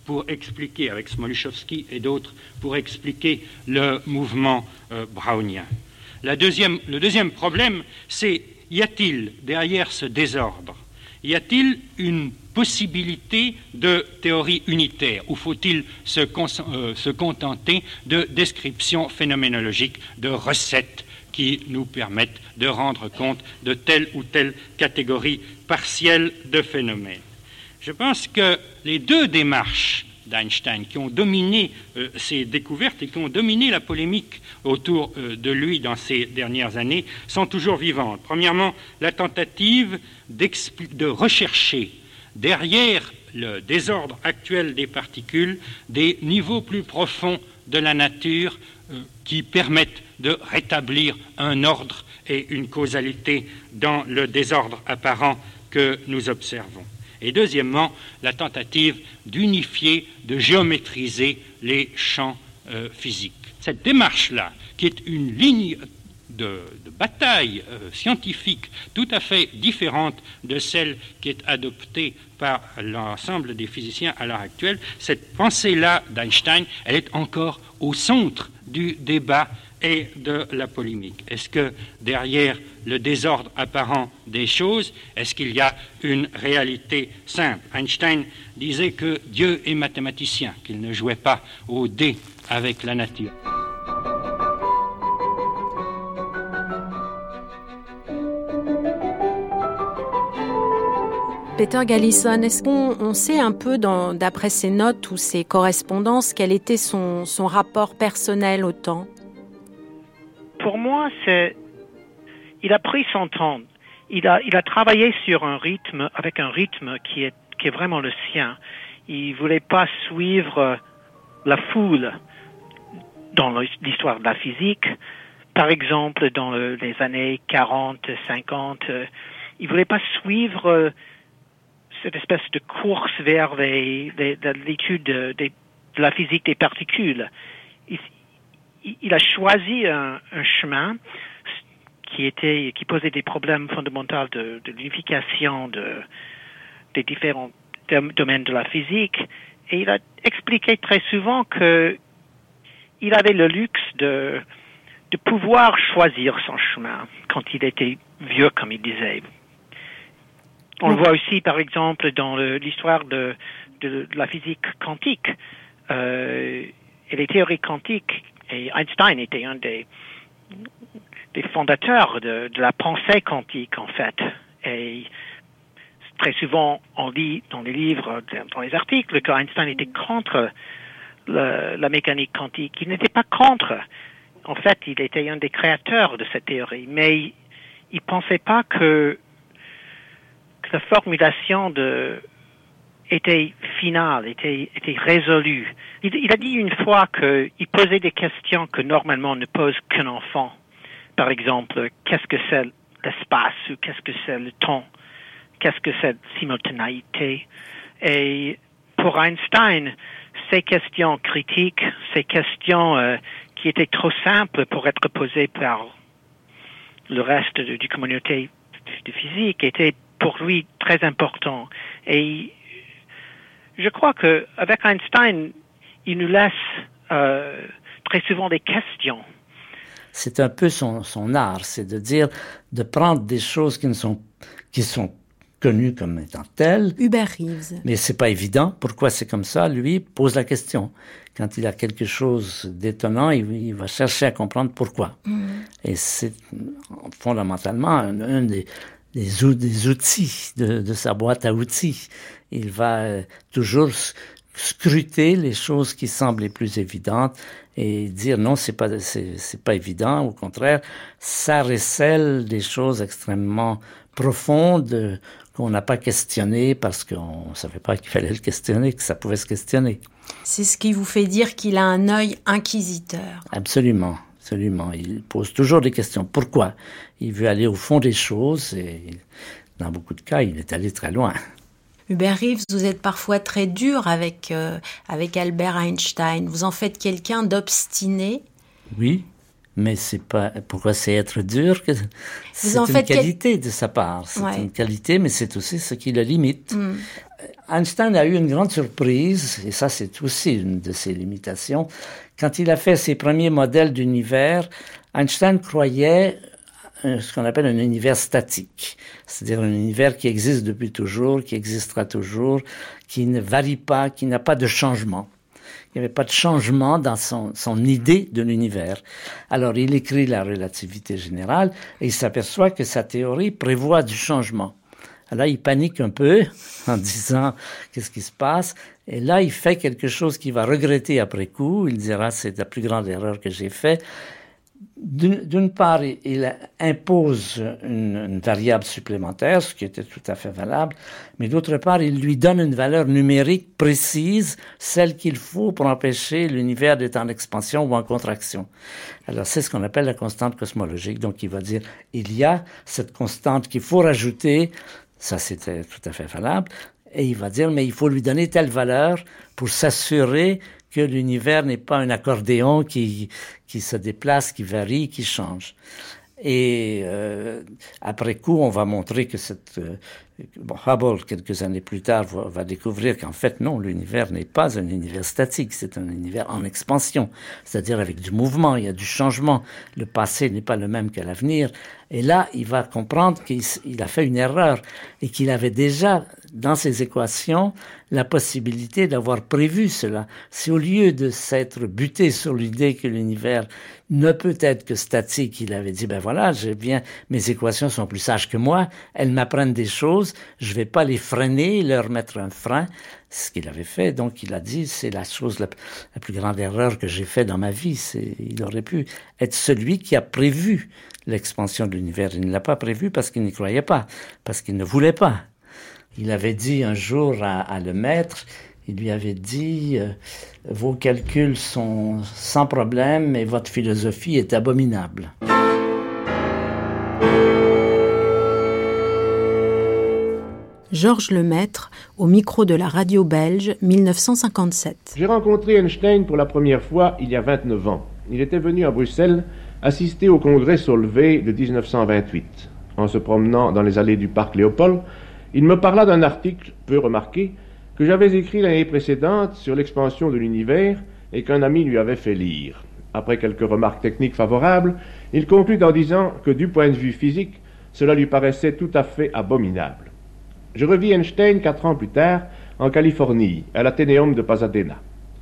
S18: pour expliquer, avec Smoluchowski et d'autres, pour expliquer le mouvement brownien. Le deuxième problème, c'est, y a-t-il derrière ce désordre, y a-t-il une possibilité de théorie unitaire ou faut-il se contenter de descriptions phénoménologiques, de recettes qui nous permettent de rendre compte de telle ou telle catégorie partielle de phénomènes? Je pense que les deux démarches d'Einstein qui ont dominé ces découvertes et qui ont dominé la polémique autour de lui dans ces dernières années sont toujours vivantes. Premièrement, la tentative de rechercher derrière le désordre actuel des particules des niveaux plus profonds de la nature qui permettent de rétablir un ordre et une causalité dans le désordre apparent que nous observons. Et deuxièmement, la tentative d'unifier, de géométriser les champs physiques. Cette démarche-là, qui est une ligne de bataille scientifique tout à fait différente de celle qui est adoptée par l'ensemble des physiciens à l'heure actuelle, cette pensée-là d'Einstein, elle est encore au centre du débat et de la polémique. Est-ce que derrière le désordre apparent des choses, est-ce qu'il y a une réalité simple? Einstein disait que Dieu est mathématicien, qu'il ne jouait pas aux dés avec la nature.
S2: Peter Galison, est-ce qu'on sait un peu, d'après ses notes ou ses correspondances, quel était son rapport personnel au temps?
S16: Pour moi, il a pris son temps. Il a travaillé sur avec un rythme qui est vraiment le sien. Il voulait pas suivre la foule dans l'histoire de la physique. Par exemple, dans les années 40, 50, il voulait pas suivre cette espèce de course vers l'étude de la physique des particules. Il a choisi un chemin qui posait des problèmes fondamentaux de l'unification des différents domaines de la physique, et il a expliqué très souvent que il avait le luxe de pouvoir choisir son chemin quand il était vieux, comme il disait. On le voit aussi, par exemple, dans l'histoire de la physique quantique et les théories quantiques. Et Einstein était un des fondateurs de la pensée quantique, en fait. Et très souvent, on lit dans les livres, dans les articles, qu'Einstein était contre la mécanique quantique. Il n'était pas contre. En fait, il était un des créateurs de cette théorie. Mais il pensait pas que la formulation était finale, était résolue. Il a dit une fois qu'il posait des questions que normalement ne pose qu'un enfant. Par exemple, qu'est-ce que c'est l'espace ou qu'est-ce que c'est le temps? Qu'est-ce que c'est la simultanéité? Et pour Einstein, ces questions critiques, ces questions qui étaient trop simples pour être posées par le reste du communauté de physique étaient pour lui très important. Et je crois qu'avec Einstein, il nous laisse très souvent des questions.
S13: C'est un peu son art, c'est de prendre des choses qui sont connues comme étant telles.
S2: Hubert Reeves.
S13: Mais c'est pas évident. Pourquoi c'est comme ça? Lui pose la question. Quand il a quelque chose d'étonnant, il va chercher à comprendre pourquoi. Et c'est fondamentalement un des outils de sa boîte à outils. Il va toujours scruter les choses qui semblent les plus évidentes et dire non, c'est pas évident. Au contraire, ça recèle des choses extrêmement profondes qu'on n'a pas questionnées parce qu'on ne savait pas qu'il fallait le questionner, que ça pouvait se questionner.
S2: C'est ce qui vous fait dire qu'il a un œil inquisiteur.
S13: Absolument. Absolument. Il pose toujours des questions. Pourquoi? Il veut aller au fond des choses et dans beaucoup de cas, il est allé très loin.
S2: Hubert Reeves, vous êtes parfois très dur avec Albert Einstein. Vous en faites quelqu'un d'obstiné.
S13: Oui, mais c'est pas... Pourquoi c'est être dur? C'est une qualité de sa part. C'est une qualité, mais c'est aussi ce qui le limite. Einstein a eu une grande surprise, et ça c'est aussi une de ses limitations. Quand il a fait ses premiers modèles d'univers, Einstein croyait ce qu'on appelle un univers statique, c'est-à-dire un univers qui existe depuis toujours, qui existera toujours, qui ne varie pas, qui n'a pas de changement. Il n'y avait pas de changement dans son idée de l'univers. Alors il écrit la relativité générale et il s'aperçoit que sa théorie prévoit du changement. Alors il panique un peu en disant qu'est-ce qui se passe, et là il fait quelque chose qu'il va regretter après coup. Il dira c'est la plus grande erreur que j'ai faite. D'une part, il impose une variable supplémentaire, ce qui était tout à fait valable, mais d'autre part, il lui donne une valeur numérique précise, celle qu'il faut pour empêcher l'univers d'être en expansion ou en contraction. Alors, c'est ce qu'on appelle la constante cosmologique. Donc, il va dire, il y a cette constante qu'il faut rajouter, ça c'était tout à fait valable, et il va dire, mais il faut lui donner telle valeur pour s'assurer que l'univers n'est pas un accordéon qui se déplace, qui varie, qui change. Et après coup, on va montrer que Hubble, quelques années plus tard, va découvrir qu'en fait, non, l'univers n'est pas un univers statique, c'est un univers en expansion, c'est-à-dire avec du mouvement, il y a du changement. Le passé n'est pas le même que l'avenir. Et là, il va comprendre qu'il a fait une erreur et qu'il avait déjà, dans ses équations, la possibilité d'avoir prévu cela. Si au lieu de s'être buté sur l'idée que l'univers ne peut être que statique, il avait dit, ben voilà, mes équations sont plus sages que moi, elles m'apprennent des choses, je vais pas les freiner, leur mettre un frein, ce qu'il avait fait. Donc il a dit, c'est la chose la plus grande erreur que j'ai faite dans ma vie. Il aurait pu être celui qui a prévu l'expansion de l'univers. Il ne l'a pas prévu parce qu'il n'y croyait pas, parce qu'il ne voulait pas. Il avait dit un jour à le maître, il lui avait dit « Vos calculs sont sans problème, mais votre philosophie est abominable. »
S2: Georges Lemaître, au micro de la radio belge, 1957.
S19: J'ai rencontré Einstein pour la première fois il y a 29 ans. Il était venu à Bruxelles assister au congrès Solvay de 1928. En se promenant dans les allées du parc Léopold, il me parla d'un article peu remarqué que j'avais écrit l'année précédente sur l'expansion de l'univers et qu'un ami lui avait fait lire. Après quelques remarques techniques favorables, il conclut en disant que du point de vue physique, cela lui paraissait tout à fait abominable. Je revis Einstein 4 ans plus tard en Californie, à l'Athénéum de Pasadena.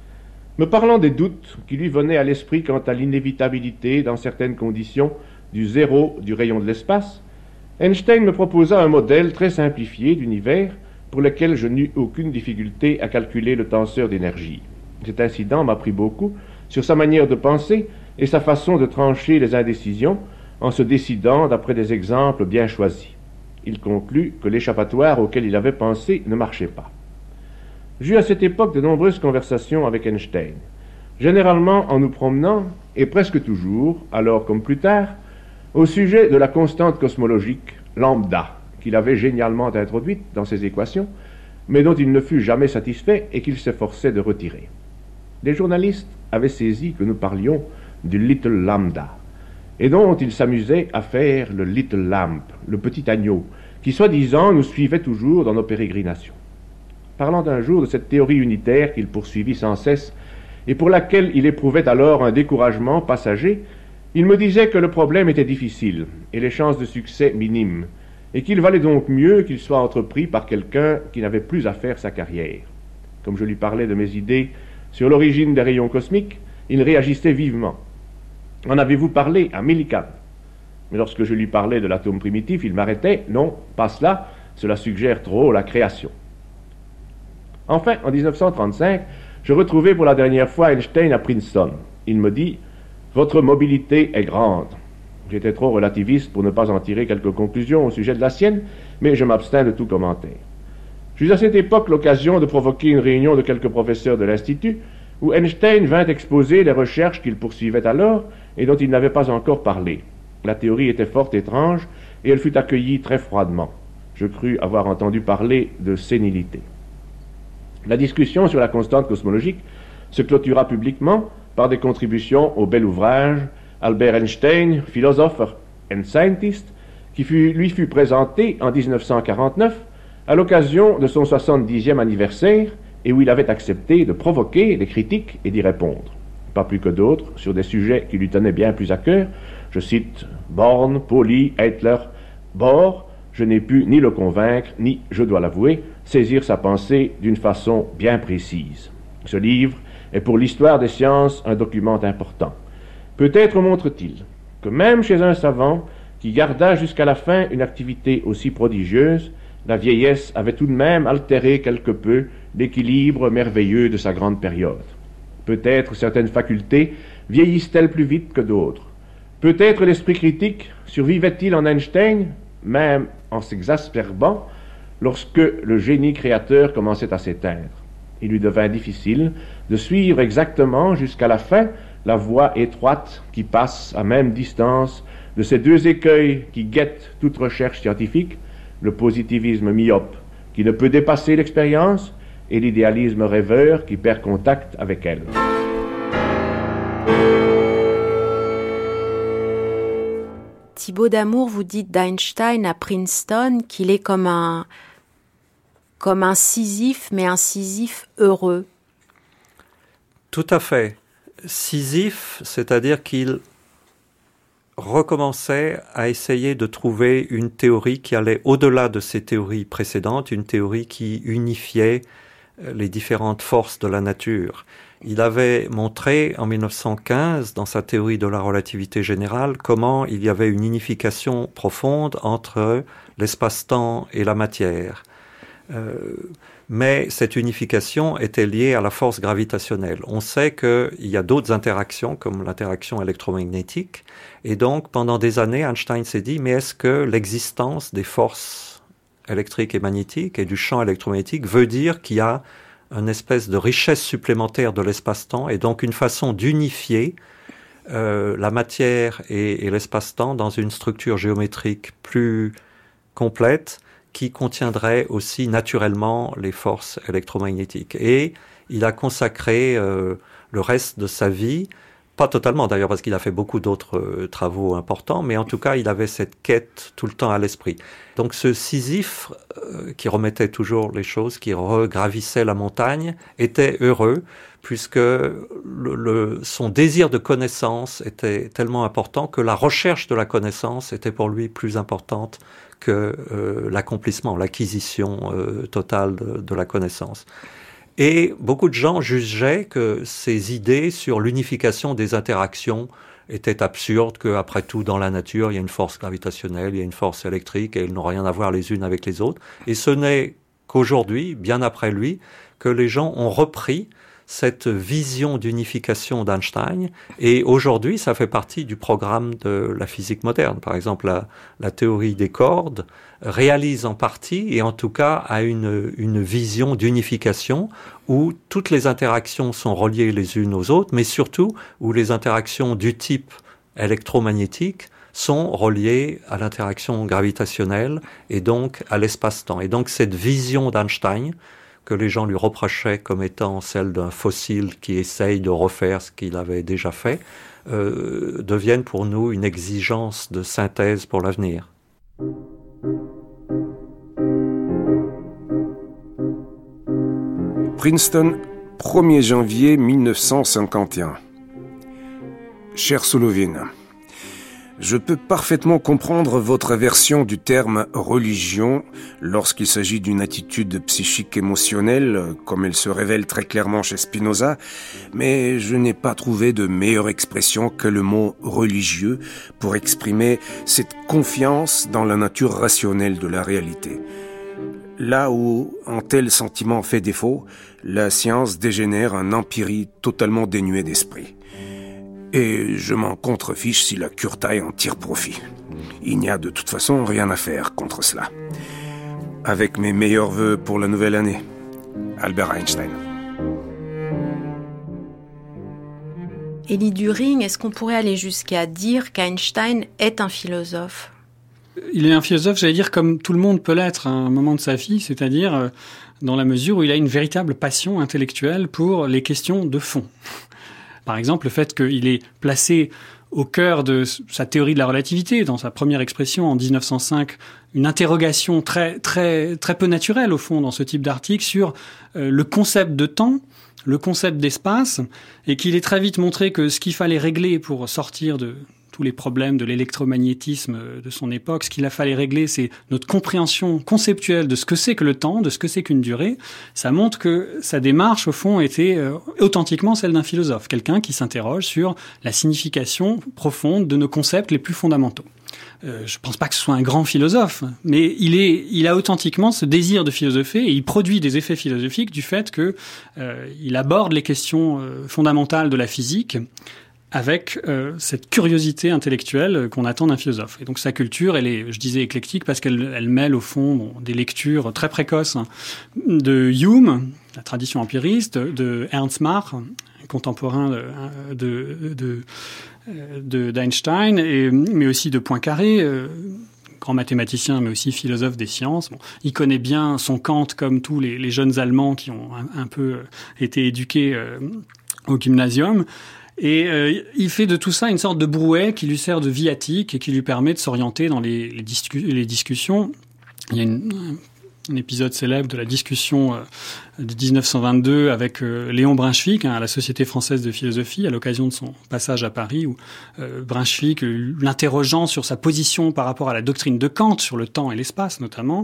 S19: Me parlant des doutes qui lui venaient à l'esprit quant à l'inévitabilité, dans certaines conditions, du zéro du rayon de l'espace, Einstein me proposa un modèle très simplifié d'univers pour lequel je n'eus aucune difficulté à calculer le tenseur d'énergie. Cet incident m'apprit beaucoup sur sa manière de penser et sa façon de trancher les indécisions en se décidant d'après des exemples bien choisis. Il conclut que l'échappatoire auquel il avait pensé ne marchait pas. J'eus à cette époque de nombreuses conversations avec Einstein, généralement en nous promenant, et presque toujours, alors comme plus tard, au sujet de la constante cosmologique, lambda, qu'il avait génialement introduite dans ses équations, mais dont il ne fut jamais satisfait et qu'il s'efforçait de retirer. Les journalistes avaient saisi que nous parlions du little lambda, et dont il s'amusait à faire le little lamb, le petit agneau, qui soi-disant nous suivait toujours dans nos pérégrinations. Parlant un jour de cette théorie unitaire qu'il poursuivit sans cesse, et pour laquelle il éprouvait alors un découragement passager, il me disait que le problème était difficile et les chances de succès minimes, et qu'il valait donc mieux qu'il soit entrepris par quelqu'un qui n'avait plus à faire sa carrière. Comme je lui parlais de mes idées sur l'origine des rayons cosmiques, il réagissait vivement. « En avez-vous parlé à Millikan ?» Mais lorsque je lui parlais de l'atome primitif, il m'arrêtait. « Non, pas cela, cela suggère trop la création. » Enfin, en 1935, je retrouvai pour la dernière fois Einstein à Princeton. Il me dit « Votre mobilité est grande. » J'étais trop relativiste pour ne pas en tirer quelques conclusions au sujet de la sienne, mais je m'abstins de tout commentaire. J'eus à cette époque l'occasion de provoquer une réunion de quelques professeurs de l'Institut, où Einstein vint exposer les recherches qu'il poursuivait alors et dont il n'avait pas encore parlé. La théorie était fort étrange et elle fut accueillie très froidement. Je crus avoir entendu parler de sénilité. La discussion sur la constante cosmologique se clôtura publiquement par des contributions au bel ouvrage Albert Einstein, Philosopher and Scientist, qui lui fut présenté en 1949 à l'occasion de son 70e anniversaire et où il avait accepté de provoquer les critiques et d'y répondre. Pas plus que d'autres, sur des sujets qui lui tenaient bien plus à cœur. Je cite Born, Pauli, Hitler, Bohr. Je n'ai pu ni le convaincre, ni, je dois l'avouer, saisir sa pensée d'une façon bien précise. Ce livre est pour l'histoire des sciences un document important. Peut-être montre-t-il que même chez un savant qui garda jusqu'à la fin une activité aussi prodigieuse, la vieillesse avait tout de même altéré quelque peu l'équilibre merveilleux de sa grande période. Peut-être certaines facultés vieillissent-elles plus vite que d'autres. Peut-être l'esprit critique survivait-il en Einstein, même en s'exaspérant, lorsque le génie créateur commençait à s'éteindre. Il lui devint difficile de suivre exactement jusqu'à la fin la voie étroite qui passe à même distance de ces deux écueils qui guettent toute recherche scientifique, le positivisme myope qui ne peut dépasser l'expérience et l'idéalisme rêveur qui perd contact avec elle.
S2: Thibaut Damour, vous dites d'Einstein à Princeton qu'il est comme un Sisyphe, mais un Sisyphe heureux.
S20: Tout à fait. Sisyphe, c'est-à-dire qu'il recommençait à essayer de trouver une théorie qui allait au-delà de ses théories précédentes, une théorie qui unifiait les différentes forces de la nature. Il avait montré en 1915, dans sa théorie de la relativité générale, comment il y avait une unification profonde entre l'espace-temps et la matière. Mais cette unification était liée à la force gravitationnelle. On sait qu'il y a d'autres interactions, comme l'interaction électromagnétique, et donc pendant des années, Einstein s'est dit, mais est-ce que l'existence des forces électriques et magnétiques et du champ électromagnétique veut dire qu'il y a une espèce de richesse supplémentaire de l'espace-temps et donc une façon d'unifier la matière et l'espace-temps dans une structure géométrique plus complète qui contiendrait aussi naturellement les forces électromagnétiques. Et il a consacré le reste de sa vie, pas totalement d'ailleurs parce qu'il a fait beaucoup d'autres travaux importants, mais en tout cas il avait cette quête tout le temps à l'esprit. Donc ce Sisyphe qui remettait toujours les choses, qui regravissait la montagne, était heureux puisque son désir de connaissance était tellement important que la recherche de la connaissance était pour lui plus importante que l'accomplissement, l'acquisition totale de la connaissance. Et beaucoup de gens jugeaient que ces idées sur l'unification des interactions étaient absurdes, qu'après tout, dans la nature, il y a une force gravitationnelle, il y a une force électrique, et elles n'ont rien à voir les unes avec les autres. Et ce n'est qu'aujourd'hui, bien après lui, que les gens ont repris cette vision d'unification d'Einstein, et aujourd'hui, ça fait partie du programme de la physique moderne. Par exemple, la théorie des cordes réalise en partie, et en tout cas a une vision d'unification où toutes les interactions sont reliées les unes aux autres, mais surtout où les interactions du type électromagnétique sont reliées à l'interaction gravitationnelle et donc à l'espace-temps. Et donc cette vision d'Einstein, que les gens lui reprochaient comme étant celle d'un fossile qui essaye de refaire ce qu'il avait déjà fait, deviennent pour nous une exigence de synthèse pour l'avenir.
S9: Princeton, 1er janvier 1951. Cher Solovine, je peux parfaitement comprendre votre aversion du terme religion lorsqu'il s'agit d'une attitude psychique émotionnelle, comme elle se révèle très clairement chez Spinoza, mais je n'ai pas trouvé de meilleure expression que le mot religieux pour exprimer cette confiance dans la nature rationnelle de la réalité. Là où un tel sentiment fait défaut, la science dégénère en empirie totalement dénuée d'esprit. Et je m'en contrefiche si la curetaille en tire profit. Il n'y a de toute façon rien à faire contre cela. Avec mes meilleurs vœux pour la nouvelle année, Albert Einstein.
S2: Élie During, est-ce qu'on pourrait aller jusqu'à dire qu'Einstein est un philosophe ?
S21: Il est un philosophe, j'allais dire, comme tout le monde peut l'être à un moment de sa vie, c'est-à-dire dans la mesure où il a une véritable passion intellectuelle pour les questions de fond. Par exemple, le fait qu'il est placé au cœur de sa théorie de la relativité, dans sa première expression en 1905, une interrogation très, très, très peu naturelle, au fond, dans ce type d'article, sur le concept de temps, le concept d'espace, et qu'il est très vite montré que ce qu'il fallait régler pour sortir de tous les problèmes de l'électromagnétisme de son époque, ce qu'il a fallu régler, c'est notre compréhension conceptuelle de ce que c'est que le temps, de ce que c'est qu'une durée. Ça montre que sa démarche, au fond, était authentiquement celle d'un philosophe, quelqu'un qui s'interroge sur la signification profonde de nos concepts les plus fondamentaux. Je pense pas que ce soit un grand philosophe, mais il a authentiquement ce désir de philosopher et il produit des effets philosophiques du fait que il aborde les questions fondamentales de la physique avec cette curiosité intellectuelle qu'on attend d'un philosophe. Et donc sa culture, elle est, je disais, éclectique parce qu'elle mêle au fond des lectures très précoces de Hume, la tradition empiriste, de Ernst Mach, contemporain d'Einstein, mais aussi de Poincaré, grand mathématicien, mais aussi philosophe des sciences. Bon, il connaît bien son Kant comme tous les jeunes Allemands qui ont un peu été éduqués au gymnasium. Et il fait de tout ça une sorte de brouet qui lui sert de viatique et qui lui permet de s'orienter dans les discussions. Il y a un épisode célèbre de la discussion de 1922 avec Léon Brunswick à la Société française de philosophie à l'occasion de son passage à Paris où Brunswick, l'interrogeant sur sa position par rapport à la doctrine de Kant sur le temps et l'espace notamment,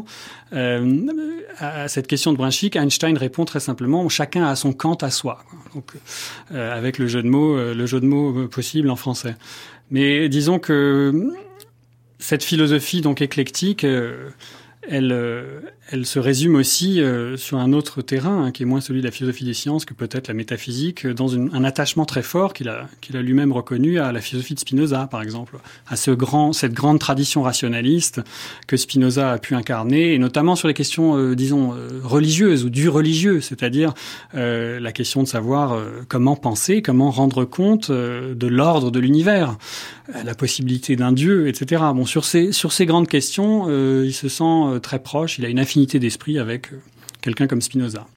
S21: à cette question de Brunswick, Einstein répond très simplement « chacun a son Kant à soi », donc avec le jeu de mots possible en français. Mais disons que cette philosophie donc éclectique elle se résume aussi sur un autre terrain, qui est moins celui de la philosophie des sciences que peut-être la métaphysique, dans un attachement très fort qu'il a lui-même reconnu à la philosophie de Spinoza, par exemple, à cette grande tradition rationaliste que Spinoza a pu incarner, et notamment sur les questions, religieuses ou du religieux, c'est-à-dire la question de savoir comment penser, comment rendre compte de l'ordre de l'univers, la possibilité d'un Dieu, etc. Bon, sur ces grandes questions, il se sent très proche, il a une affinité d'esprit avec quelqu'un comme Spinoza.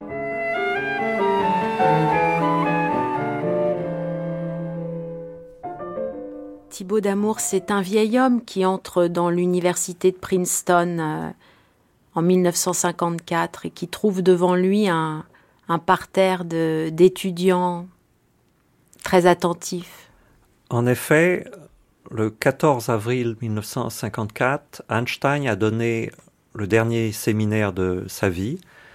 S2: Thibaut Damour, c'est un vieil homme qui entre dans l'université de Princeton en 1954 et qui trouve devant lui un parterre d'étudiants très attentifs.
S20: En effet, le 14 avril 1954, Einstein a donné le dernier séminaire de sa vie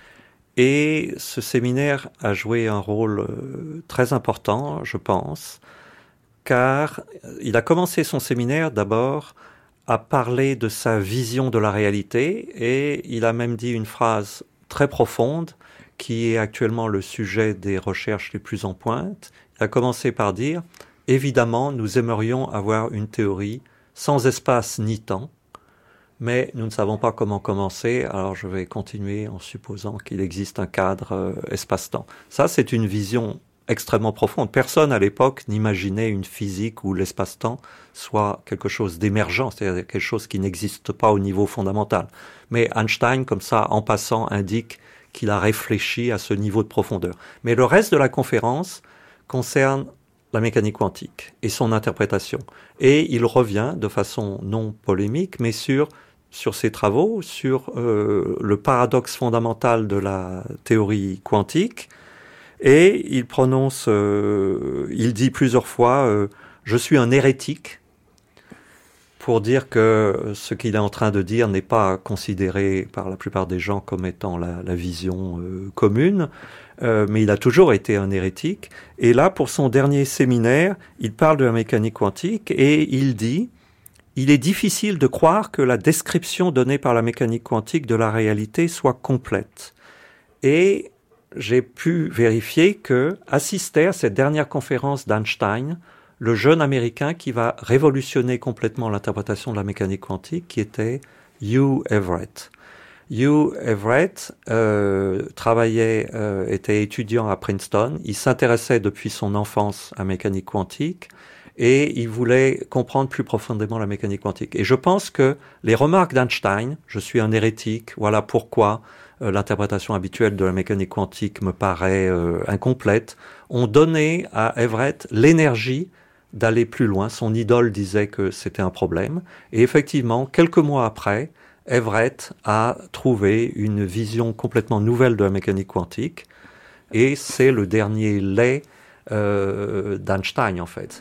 S20: et ce séminaire a joué un rôle très important, je pense, car il a commencé son séminaire d'abord à parler de sa vision de la réalité et il a même dit une phrase très profonde qui est actuellement le sujet des recherches les plus en pointe. Il a commencé par dire « Évidemment, nous aimerions avoir une théorie sans espace ni temps, mais nous ne savons pas comment commencer, alors je vais continuer en supposant qu'il existe un cadre espace-temps. » Ça, c'est une vision extrêmement profonde. Personne à l'époque n'imaginait une physique où l'espace-temps soit quelque chose d'émergent, c'est-à-dire quelque chose qui n'existe pas au niveau fondamental. Mais Einstein, comme ça, en passant, indique qu'il a réfléchi à ce niveau de profondeur. Mais le reste de la conférence concerne la mécanique quantique et son interprétation. Et il revient de façon non polémique, mais sur ses travaux, sur le paradoxe fondamental de la théorie quantique. Et il dit plusieurs fois « je suis un hérétique », pour dire que ce qu'il est en train de dire n'est pas considéré par la plupart des gens comme étant la vision commune, mais il a toujours été un hérétique. Et là, pour son dernier séminaire, il parle de la mécanique quantique et il dit « Il est difficile de croire que la description donnée par la mécanique quantique de la réalité soit complète. » Et j'ai pu vérifier que assistait à cette dernière conférence d'Einstein le jeune Américain qui va révolutionner complètement l'interprétation de la mécanique quantique, qui était Hugh Everett. Hugh Everett était étudiant à Princeton, il s'intéressait depuis son enfance à la mécanique quantique et il voulait comprendre plus profondément la mécanique quantique. Et je pense que les remarques d'Einstein, je suis un hérétique, voilà pourquoi l'interprétation habituelle de la mécanique quantique me paraît incomplète, ont donné à Everett l'énergie d'aller plus loin. Son idole disait que c'était un problème. Et effectivement, quelques mois après, Everett a trouvé une vision complètement nouvelle de la mécanique quantique. Et c'est le dernier lait d'Einstein, en fait.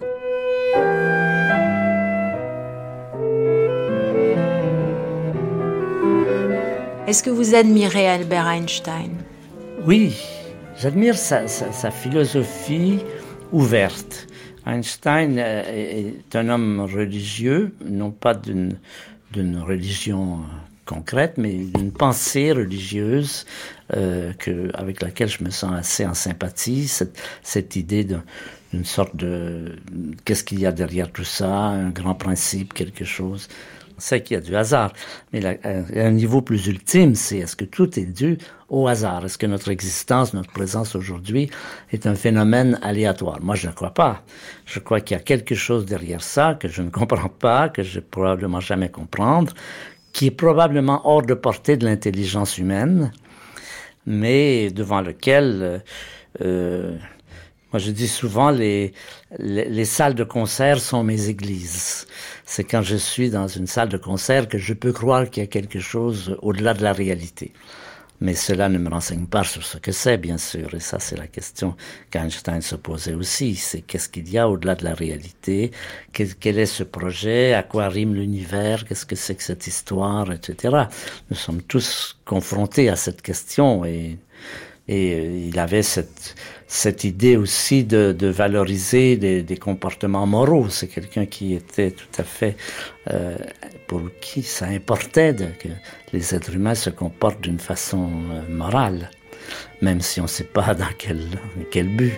S2: Est-ce que vous admirez Albert Einstein?
S13: Oui, j'admire sa philosophie ouverte. Einstein est un homme religieux, non pas d'une religion concrète, mais d'une pensée religieuse avec laquelle je me sens assez en sympathie. Cette idée d'une sorte de... Qu'est-ce qu'il y a derrière tout ça? Un grand principe, quelque chose. On sait qu'il y a du hasard, mais à un niveau plus ultime, c'est est-ce que tout est dû au hasard? Est-ce que notre existence, notre présence aujourd'hui est un phénomène aléatoire? Moi, je ne crois pas. Je crois qu'il y a quelque chose derrière ça que je ne comprends pas, que je ne vais probablement jamais comprendre, qui est probablement hors de portée de l'intelligence humaine, mais devant lequel... Moi, je dis souvent, les salles de concert sont mes églises. C'est quand je suis dans une salle de concert que je peux croire qu'il y a quelque chose au-delà de la réalité. Mais cela ne me renseigne pas sur ce que c'est, bien sûr. Et ça, c'est la question qu'Einstein se posait aussi. C'est qu'est-ce qu'il y a au-delà de la réalité? Quel est ce projet? À quoi rime l'univers? Qu'est-ce que c'est que cette histoire? Etc. Nous sommes tous confrontés à cette question et il avait cette idée aussi de valoriser des comportements moraux. C'est quelqu'un qui était tout à fait... pour qui ça importait que les êtres humains se comportent d'une façon morale, même si on ne sait pas dans quel but.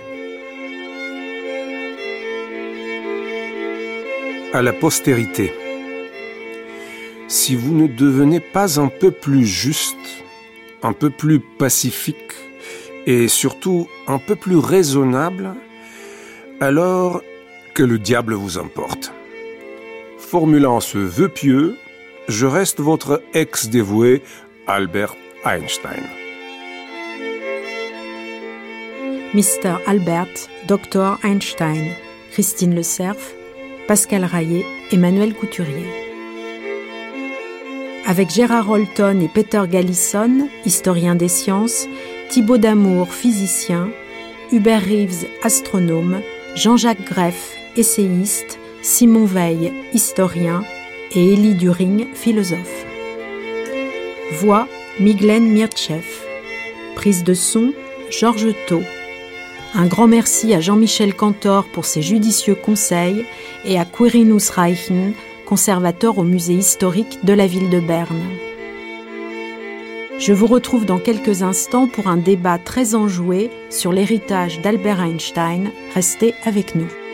S9: À la postérité. Si vous ne devenez pas un peu plus juste, un peu plus pacifique, et surtout un peu plus raisonnable, alors que le diable vous emporte. Formulant ce vœu pieux, je reste votre ex-dévoué Albert Einstein.
S2: Mr. Albert, Dr. Einstein, Christine Le Cerf, Pascal Rayet, Emmanuel Couturier. Avec Gérard Holton et Peter Galison, historiens des sciences, Thibaut Damour, physicien, Hubert Reeves, astronome, Jean-Jacques Greff, essayiste, Simon Veil, historien, et Élie During, philosophe. Voix, Miglen Mirtchev. Prise de son, Georges Thau. Un grand merci à Jean-Michel Cantor pour ses judicieux conseils et à Quirinus Reichen, conservateur au musée historique de la ville de Berne. Je vous retrouve dans quelques instants pour un débat très enjoué sur l'héritage d'Albert Einstein. Restez avec nous.